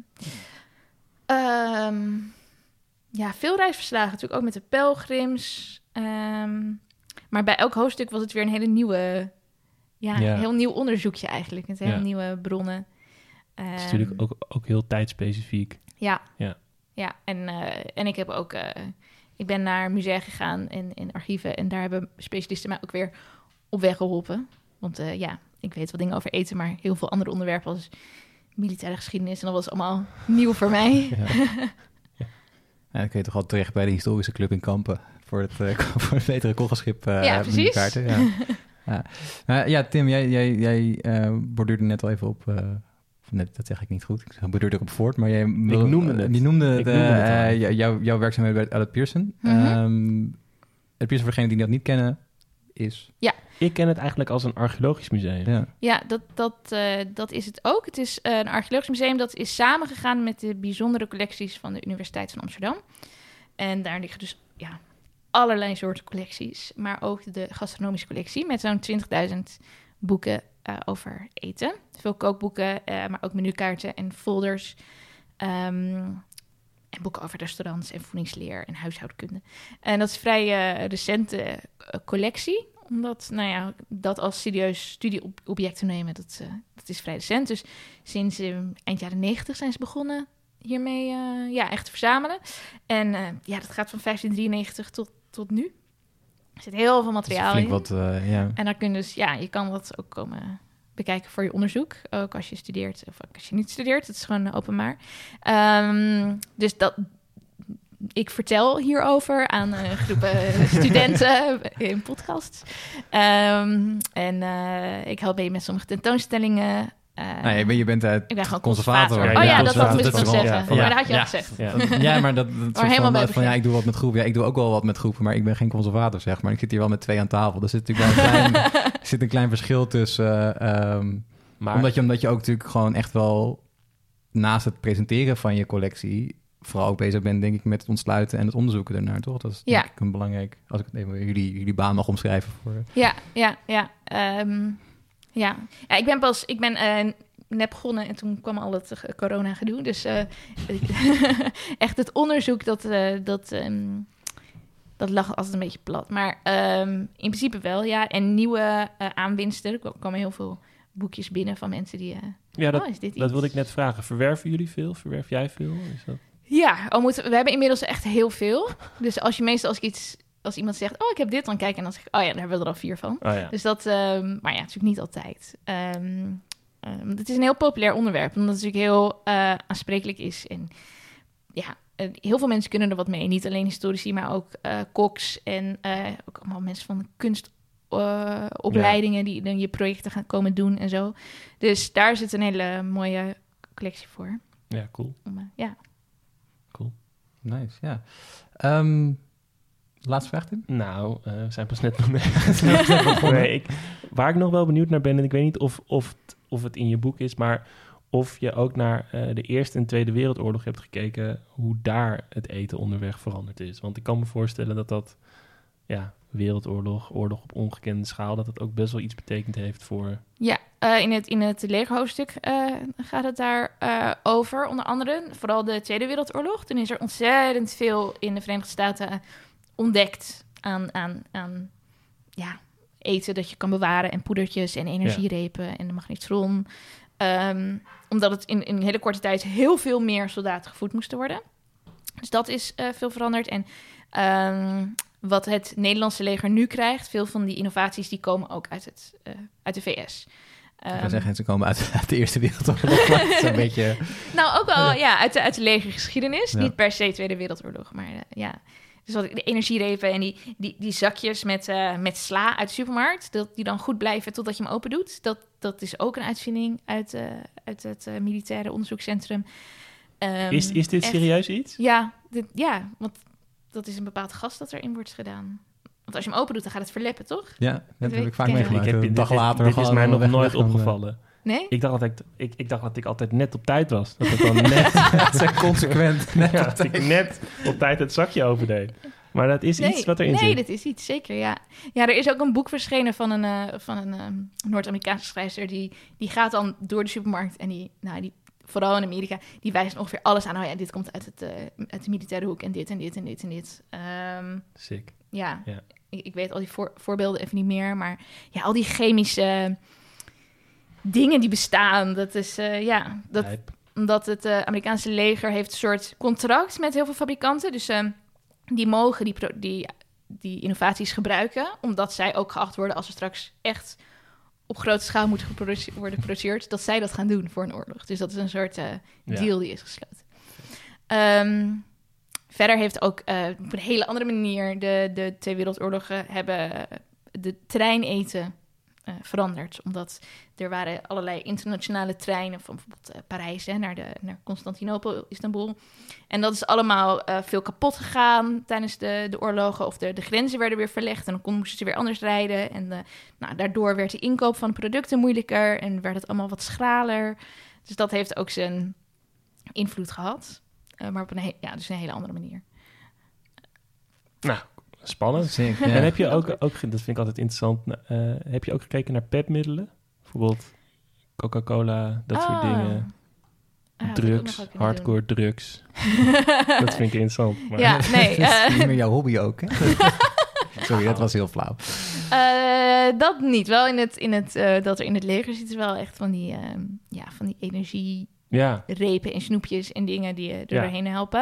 Um, ja, veel reisverslagen natuurlijk, ook met de pelgrims. Um, maar bij elk hoofdstuk was het weer een hele nieuwe... Ja, Ja. een heel nieuw onderzoekje eigenlijk. Met hele Ja. nieuwe bronnen. Het is Um, natuurlijk ook, ook heel tijdspecifiek. Ja. Ja. Ja, en, uh, en ik heb ook... Uh, ik ben naar musea gegaan en, en archieven. En daar hebben specialisten mij ook weer op weg geholpen. Want uh, ja, ik weet wel dingen over eten, maar heel veel andere onderwerpen als militaire geschiedenis. En dat was allemaal nieuw voor mij. Ja. Ja. Ja, dan kun je toch al terecht bij de historische club in Kampen voor het, uh, voor het betere koggelschip uh, Ja, precies. kaarten. Ja. Ja. Uh, ja, Tim, jij, jij, jij uh, borduurde net al even op... Uh, net, dat zeg ik niet goed. Ik borduurde op voort, maar jij... Ik noemde het. Die noemde, Ik de, noemde het uh, jou, jouw werkzaamheden bij Allard Pierson. Mhm. Um, het Pierson, voor degenen die dat niet kennen, is... Ik ken het eigenlijk als een archeologisch museum. Ja. Ja, dat, dat, uh, dat is het ook. Het is uh, een archeologisch museum dat is samengegaan met de bijzondere collecties van de Universiteit van Amsterdam. En daar liggen dus ja, allerlei soorten collecties, maar ook de gastronomische collectie met zo'n twintigduizend boeken uh, over eten. Veel kookboeken, uh, maar ook menukaarten en folders. Um, en boeken over restaurants en voedingsleer en huishoudkunde. En dat is een vrij uh, recente uh, collectie. Omdat, nou ja, dat als serieus studieobject te nemen, dat, uh, dat is vrij recent. Dus sinds uh, eind jaren negentig zijn ze begonnen hiermee uh, ja, echt te verzamelen. En uh, ja, dat gaat van vijftien drieënnegentig tot, tot nu. Er zit heel veel materiaal flink in. Wat, uh, ja. En daar kun je dus, ja, je kan dat ook komen bekijken voor je onderzoek. Ook als je studeert of als je niet studeert. Het is gewoon openbaar. Um, dus dat... Ik vertel hierover aan uh, groepen studenten in podcasts. Um, en uh, ik help mee met sommige tentoonstellingen. Uh, nee, je bent, je bent uit ik ben gewoon conservator. conservator. Oh ja, dat, dat moest ik nog zeggen. Ja, Ja, maar dat had je ja. al gezegd. Ja, ja maar dat, dat maar helemaal van, van ja, ik doe wat met groepen. Ja, ik doe ook wel wat met groepen, maar ik ben geen conservator, zeg maar. Ik zit hier wel met twee aan tafel. Er zit natuurlijk wel een klein, zit een klein verschil tussen. Uh, um, maar... omdat, je, omdat je ook natuurlijk gewoon echt wel naast het presenteren van je collectie vooral ook bezig bent, denk ik, met het ontsluiten en het onderzoeken daarnaar, toch? Dat is ja. denk ik een belangrijk, als ik het even jullie, jullie baan mag omschrijven voor. Ja, ja, ja. Um, ja. ja, ik ben pas, ik ben uh, net begonnen en toen kwam al het uh, corona gedoe. Dus uh, echt het onderzoek, dat, uh, dat, um, dat lag altijd een beetje plat. Maar um, in principe wel, ja. En nieuwe uh, aanwinsten. Er komen heel veel boekjes binnen van mensen die... Uh, ja, dat, oh, is dit iets? dat wilde ik net vragen. Verwerven jullie veel? Verwerf jij veel? Is dat... Ja, oh, moeten, we hebben inmiddels echt heel veel. Dus als je meestal als ik iets, als iemand zegt, oh, ik heb dit, dan kijk en dan zeg ik, oh ja, daar hebben we er al vier van. Oh, ja. Dus dat, um, maar ja, natuurlijk niet altijd. Um, um, het is een heel populair onderwerp, omdat het natuurlijk heel uh, aansprekelijk is. En ja, uh, heel veel mensen kunnen er wat mee. Niet alleen historici, maar ook uh, koks en uh, ook allemaal mensen van kunstopleidingen uh, die dan je projecten gaan komen doen en zo. Dus daar zit een hele mooie collectie voor. Ja, cool. Om, uh, ja. Cool. Nice, ja. Um, laatste vraag, Tim? Nou, uh, we zijn pas net begonnen. nee, ik, waar ik nog wel benieuwd naar ben, en ik weet niet of, of, t, of het in je boek is, maar of je ook naar uh, de Eerste en Tweede Wereldoorlog hebt gekeken, hoe daar het eten onderweg veranderd is. Want ik kan me voorstellen dat dat, ja, Wereldoorlog, oorlog op ongekende schaal, dat het ook best wel iets betekend heeft voor... Ja, uh, in het, in het legerhoofdstuk uh, gaat het daar uh, over, onder andere. Vooral de Tweede Wereldoorlog. Toen is er ontzettend veel in de Verenigde Staten ontdekt aan, aan, aan ja, eten dat je kan bewaren en poedertjes en energierepen ja. en de magnetron. Um, omdat het in, in een hele korte tijd heel veel meer soldaten gevoed moesten worden. Dus dat is uh, veel veranderd. En um, wat het Nederlandse leger nu krijgt, veel van die innovaties, die komen ook uit, het, uh, uit de V S. Um, ik kan zeggen, ze komen uit, uit de Eerste Wereldoorlog. Dat is een beetje... Nou, ook wel ja, uit, de, uit de legergeschiedenis. Ja. Niet per se Tweede Wereldoorlog, maar uh, ja. Dus wat de energierepen en die, die, die zakjes met, uh, met sla uit de supermarkt, dat die dan goed blijven totdat je hem open doet. Dat, dat is ook een uitvinding uit, uh, uit het uh, militaire onderzoekscentrum. Um, is, is dit echt, serieus iets? Ja, dit, ja, want dat is een bepaald gas dat erin wordt gedaan. Want als je hem open doet, dan gaat het verleppen, toch? Ja, dat, dat heb ik vaak ik meegemaakt. Ik heb, een dag dit, later. Dit is mij nog nooit gaan, opgevallen. Nee? Ik dacht, dat ik, ik, ik dacht dat ik altijd net op tijd was. Dat het dan net... ja, consequent. Net ja, op dat tijd. ik net op tijd het zakje overdeed. Maar dat is nee, iets wat erin nee, zit. Nee, dat is iets, zeker, ja. Ja, er is ook een boek verschenen van een, uh, van een um, Noord-Amerikaanse schrijfster. Die, die gaat dan door de supermarkt en die, nou, die, vooral in Amerika, die wijst ongeveer alles aan. Oh ja, dit komt uit, het, uh, uit de militaire hoek en dit en dit en dit en dit. Um, Sick. Ja, ja. Ik, ik weet al die voor, voorbeelden even niet meer. Maar ja, al die chemische dingen die bestaan, dat is, uh, ja... Dat, Lijp. omdat het uh, Amerikaanse leger heeft een soort contract met heel veel fabrikanten. Dus uh, die mogen die, pro- die, die innovaties gebruiken, omdat zij ook geacht worden als er straks echt op grote schaal moet geproduce- worden geproduceerd, dat zij dat gaan doen voor een oorlog. Dus dat is een soort uh, deal ja. die is gesloten. Um, verder heeft ook uh, op een hele andere manier de, de twee wereldoorlogen hebben de treineten uh, veranderd. Omdat er waren allerlei internationale treinen van bijvoorbeeld uh, Parijs hè, naar, de, naar Constantinopel, Istanbul. En dat is allemaal uh, veel kapot gegaan tijdens de, de oorlogen. Of de, de grenzen werden weer verlegd en dan kon, moesten ze weer anders rijden. En uh, nou, daardoor werd de inkoop van de producten moeilijker en werd het allemaal wat schraler. Dus dat heeft ook zijn invloed gehad. Uh, maar op een, he- ja, dus een hele andere manier. Nou, spannend. Zeker, ja. En heb je ook, ook, dat vind ik altijd interessant, uh, heb je ook gekeken naar pepmiddelen? Bijvoorbeeld Coca-Cola, dat ah. soort dingen. Ah, drugs, hardcore doen. drugs. Dat vind ik interessant. Maar... Ja, nee. Dat is niet meer jouw hobby ook, hè? Sorry, dat was heel flauw. Uh, dat niet. Wel in het, in het, uh, dat er in het leger zitten wel echt van die, uh, ja, van die energie... Ja. repen en snoepjes en dingen die je er ja. doorheen helpen.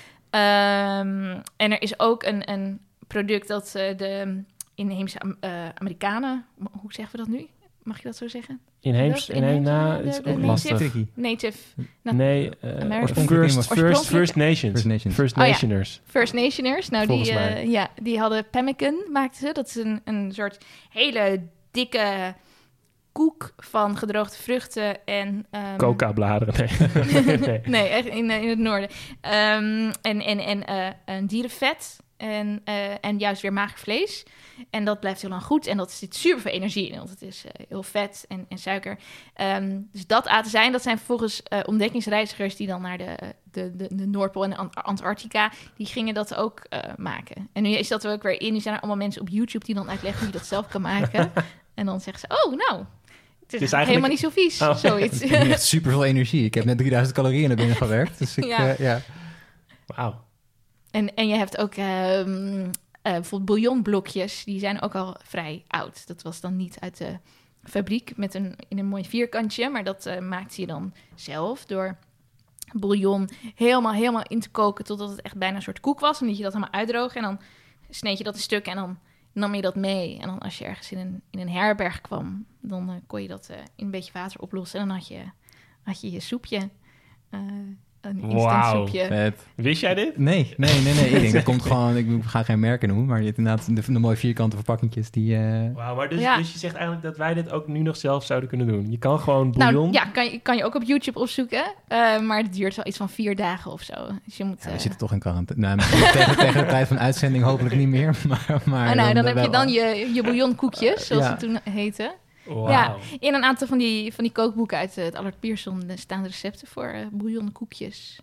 Um, en er is ook een, een product dat uh, de inheemse uh, Amerikanen... Hoe zeggen we dat nu? mag je dat zo zeggen? Inheems, De- inheems, inheemse, nou, het is de- ook de lastig. Tricky. Native, na- Nee, uh, American- first, Oorspronkelijk- first, first Nations. First Nations. First Oh ja. Nationers. First Nationers. Nou, die, Volgens mij. eh, ja, die hadden pemmican, maakten ze. Dat is een, een soort hele dikke koek van gedroogde vruchten en... ehm, Coca-bladeren, nee. nee. Nee, echt in, eh, in het noorden. Ehm, en en, en eh, een dierenvet en, eh, en juist weer mager vlees. En dat blijft heel lang goed. En dat zit super veel energie in, want het is eh, heel vet en, en suiker. Ehm, dus dat aten zijn. Dat zijn vervolgens eh, ontdekkingsreizigers die dan naar de, de, de, de Noordpool en Ant- Antarctica, die gingen dat ook eh, maken. En nu is dat er ook weer in. Nu zijn er allemaal mensen op YouTube die dan uitleggen hoe je dat zelf kan maken. En dan zeggen ze, oh, nou... Het is, Het is helemaal eigenlijk- niet zo vies, Oh. zoiets. Het is echt super veel energie. Ik heb net drieduizend calorieën naar binnen gewerkt. Dus ik, Ja. ja. ja. Wauw. En, en je hebt ook ehm, eh, bijvoorbeeld bouillonblokjes, die zijn ook al vrij oud. Dat was dan niet uit de fabriek met een, in een mooi vierkantje, maar dat uh, maakte je dan zelf door bouillon helemaal, helemaal in te koken totdat het echt bijna een soort koek was. En liet je dat helemaal uitdrogen en dan sneed je dat in stukken en dan nam je dat mee. En dan als je ergens in een, in een herberg kwam, dan uh, kon je dat uh, in een beetje water oplossen en dan had je had je, je soepje. Uh, Een instant Wauw, soepje. Vet. Wist jij dit? Nee, nee, nee, nee. Ik denk, dat komt gewoon... Ik ga geen merken noemen, maar je hebt inderdaad de, de mooie vierkante verpakkingjes die... Uh... Wauw, maar dus, Ja. dus je zegt eigenlijk dat wij dit ook nu nog zelf zouden kunnen doen. Je kan gewoon bouillon... Nou ja, kan je, kan je ook op YouTube opzoeken. Uh, maar het duurt wel iets van vier dagen of zo. Dus je moet... Ja, we uh, zitten toch in quarantaine. Nou, misschien tegen, tegen de tijd van uitzending hopelijk niet meer. Maar, maar oh, nou, dan heb wel- je dan je, je bouillonkoekjes, zoals Ja. het toen heette. Wauw. Ja, in een aantal van die, van die kookboeken uit uh, het Allard Pierson uh, staan recepten voor uh, bouillonkoekjes.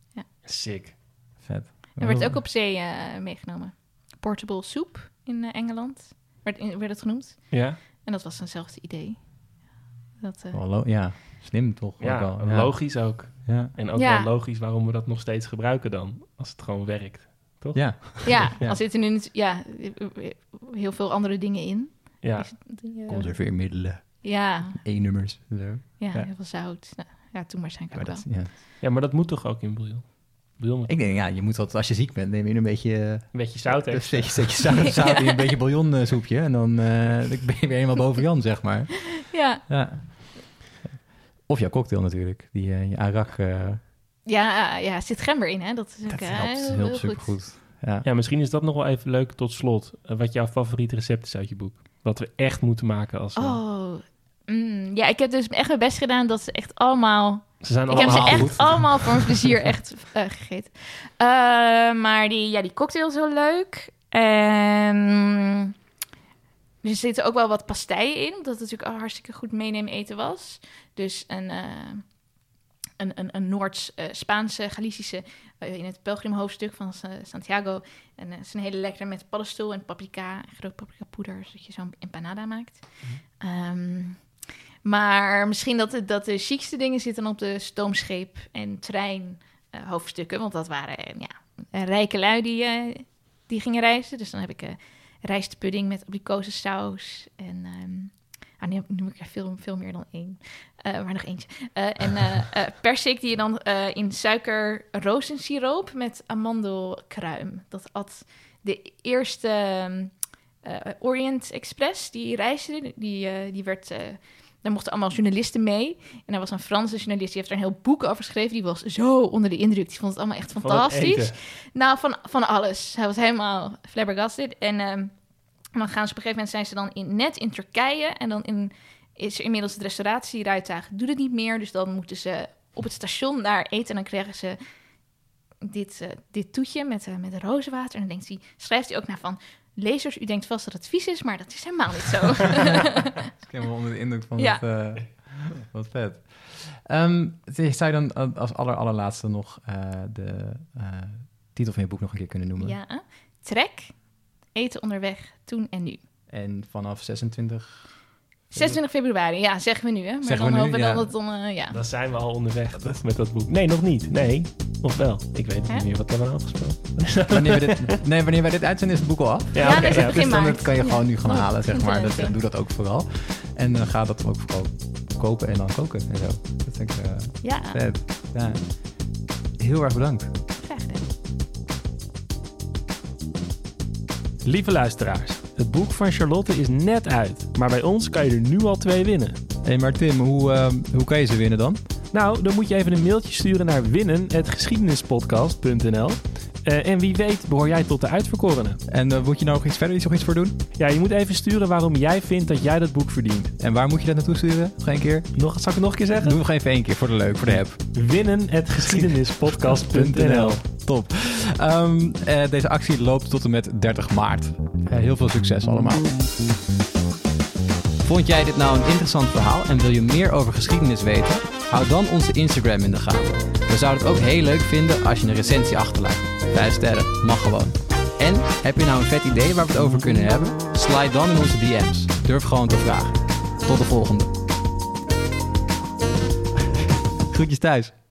Sick. Vet. Er werd ook op zee uh, meegenomen. Portable soup in uh, Engeland werd, in, werd het genoemd. Ja? En dat was eenzelfde idee. Dat, uh, Wel lo- ja, slim toch? Ja, ook wel. Ja. logisch ook. Ja. En ook Ja. wel logisch waarom we dat nog steeds gebruiken dan. Als het gewoon werkt. Ja. ja, Ja. al zitten nu niet, ja, heel veel andere dingen in. Ja. Die, die, uh, Conserveermiddelen, ja, E-nummers. Zo. ja, Ja. heel veel zout. Nou, ja, toen waarschijnlijk Maar ook dat, wel. ja. Ja, maar dat moet toch ook in bouillon? Bouillon moet Ik denk, ja, je moet wat, als je ziek bent, neem je een beetje... een beetje zout Een extra. beetje, beetje zout, zout in een beetje bouillonsoepje. En dan uh, ben je weer helemaal boven Jan, zeg maar. Ja, Ja. Of jouw cocktail natuurlijk. Die uh, je arak... Uh, ja, ja, er zit gember in, hè? Dat is ook dat uh, helpt, heel, helpt heel supergoed. goed. Ja. Ja, misschien is dat nog wel even leuk tot slot. Uh, wat jouw favoriete recept is uit je boek. Wat we echt moeten maken als... we- Oh, mm, ja, ik heb dus echt mijn best gedaan dat ze echt allemaal... Ze zijn Ik heb allemaal ze echt goed. allemaal voor mijn plezier echt uh, gegeten. Uh, maar die, ja, die cocktail is heel leuk. En er zitten ook wel wat pastijen in, omdat het natuurlijk al hartstikke goed meenemen eten was. Dus een, uh, een, een, een Noords-Spaanse, Galicische, uh, in het pelgrimhoofdstuk van uh, Santiago. En uh, het is een hele lekkere met paddenstoel en paprika, en groot paprika poeder, zodat je zo'n empanada maakt. Mm-hmm. Um, Maar misschien dat de, dat de chicste dingen zitten op de stoomscheep en trein uh, hoofdstukken. Want dat waren uh, ja, rijke lui die, uh, die gingen reizen. Dus dan heb ik uh, rijstpudding met abrikozensaus. En um, ah, nu noem ik er veel, veel meer dan één. Uh, maar nog eentje. Uh, en uh, uh, persik die je dan uh, in suiker rozensiroop met amandelkruim. Dat at de eerste uh, Orient Express, die reisde, die, uh, die werd... Uh, Daar mochten allemaal journalisten mee. En er was een Franse journalist, die heeft er een heel boek over geschreven. Die was zo onder de indruk. Die vond het allemaal echt Van het fantastisch. eten. Nou, van, van alles. Hij was helemaal flabbergasted. En um, dan gaan ze op een gegeven moment zijn ze dan in, net in Turkije. En dan in, is er inmiddels het restauratieruituig. Doet het niet meer. Dus dan moeten ze op het station daar eten. En dan krijgen ze dit, uh, dit toetje met, uh, met rozenwater. En dan denkt hij, schrijft hij ook naar van... Lezers, u denkt vast dat het vies is, maar dat is helemaal niet zo. Ik ben wel onder de indruk van Ja. het, uh, wat vet. Um, zou je dan als aller, allerlaatste nog uh, de uh, titel van je boek nog een keer kunnen noemen? Ja, Trek, eten onderweg, toen en nu. En vanaf zesentwintig... zesentwintig februari, ja, zeggen we nu, hè? Maar Zeggen dan we nu, hopen we ja. dat het dan, uh, ja. Dan zijn we al onderweg toch, met dat boek. Nee, nog niet. Nee. Of wel? Ik weet het Hè? niet meer. Wat hebben we afgesproken? wanneer, we dit, nee, wanneer wij dit uitzenden is het boek al af. Ja, oké, dat is ja, het Dus begin dan maart. dat kan je gewoon Ja. nu gaan halen, zeg maar. Dat, Ja. doe dat ook vooral. En dan ga dat ook vooral kopen en dan koken en zo. Dat denk ik uh, Ja, vet. Ja. Heel erg bedankt. graag gedaan. Lieve luisteraars, Het boek van Charlotte is net uit, maar bij ons kan je er nu al twee winnen. Hé, hey, maar Tim, hoe, uh, hoe kan je ze winnen dan? Nou, dan moet je even een mailtje sturen naar winnen at geschiedenispodcast punt n l. Uh, en wie weet behoor jij tot de uitverkorenen. En uh, moet je nou nog iets verder iets, nog iets voor doen? Ja, je moet even sturen waarom jij vindt dat jij dat boek verdient. En waar moet je dat naartoe sturen? Nog één keer? Nog, zal ik het nog een keer zeggen? Doe nog even één keer voor de leuk, voor de heb. winnen at geschiedenispodcast punt n l. Top. Um, uh, deze actie loopt tot en met dertig maart. Uh, heel veel succes allemaal. Vond jij dit nou een interessant verhaal en wil je meer over geschiedenis weten? Hou dan onze Instagram in de gaten. We zouden het ook heel leuk vinden als je een recensie achterlaat. Vijf sterren, mag gewoon. En heb je nou een vet idee waar we het over kunnen hebben? Slide dan in onze D M's. Durf gewoon te vragen. Tot de volgende. Groetjes thuis.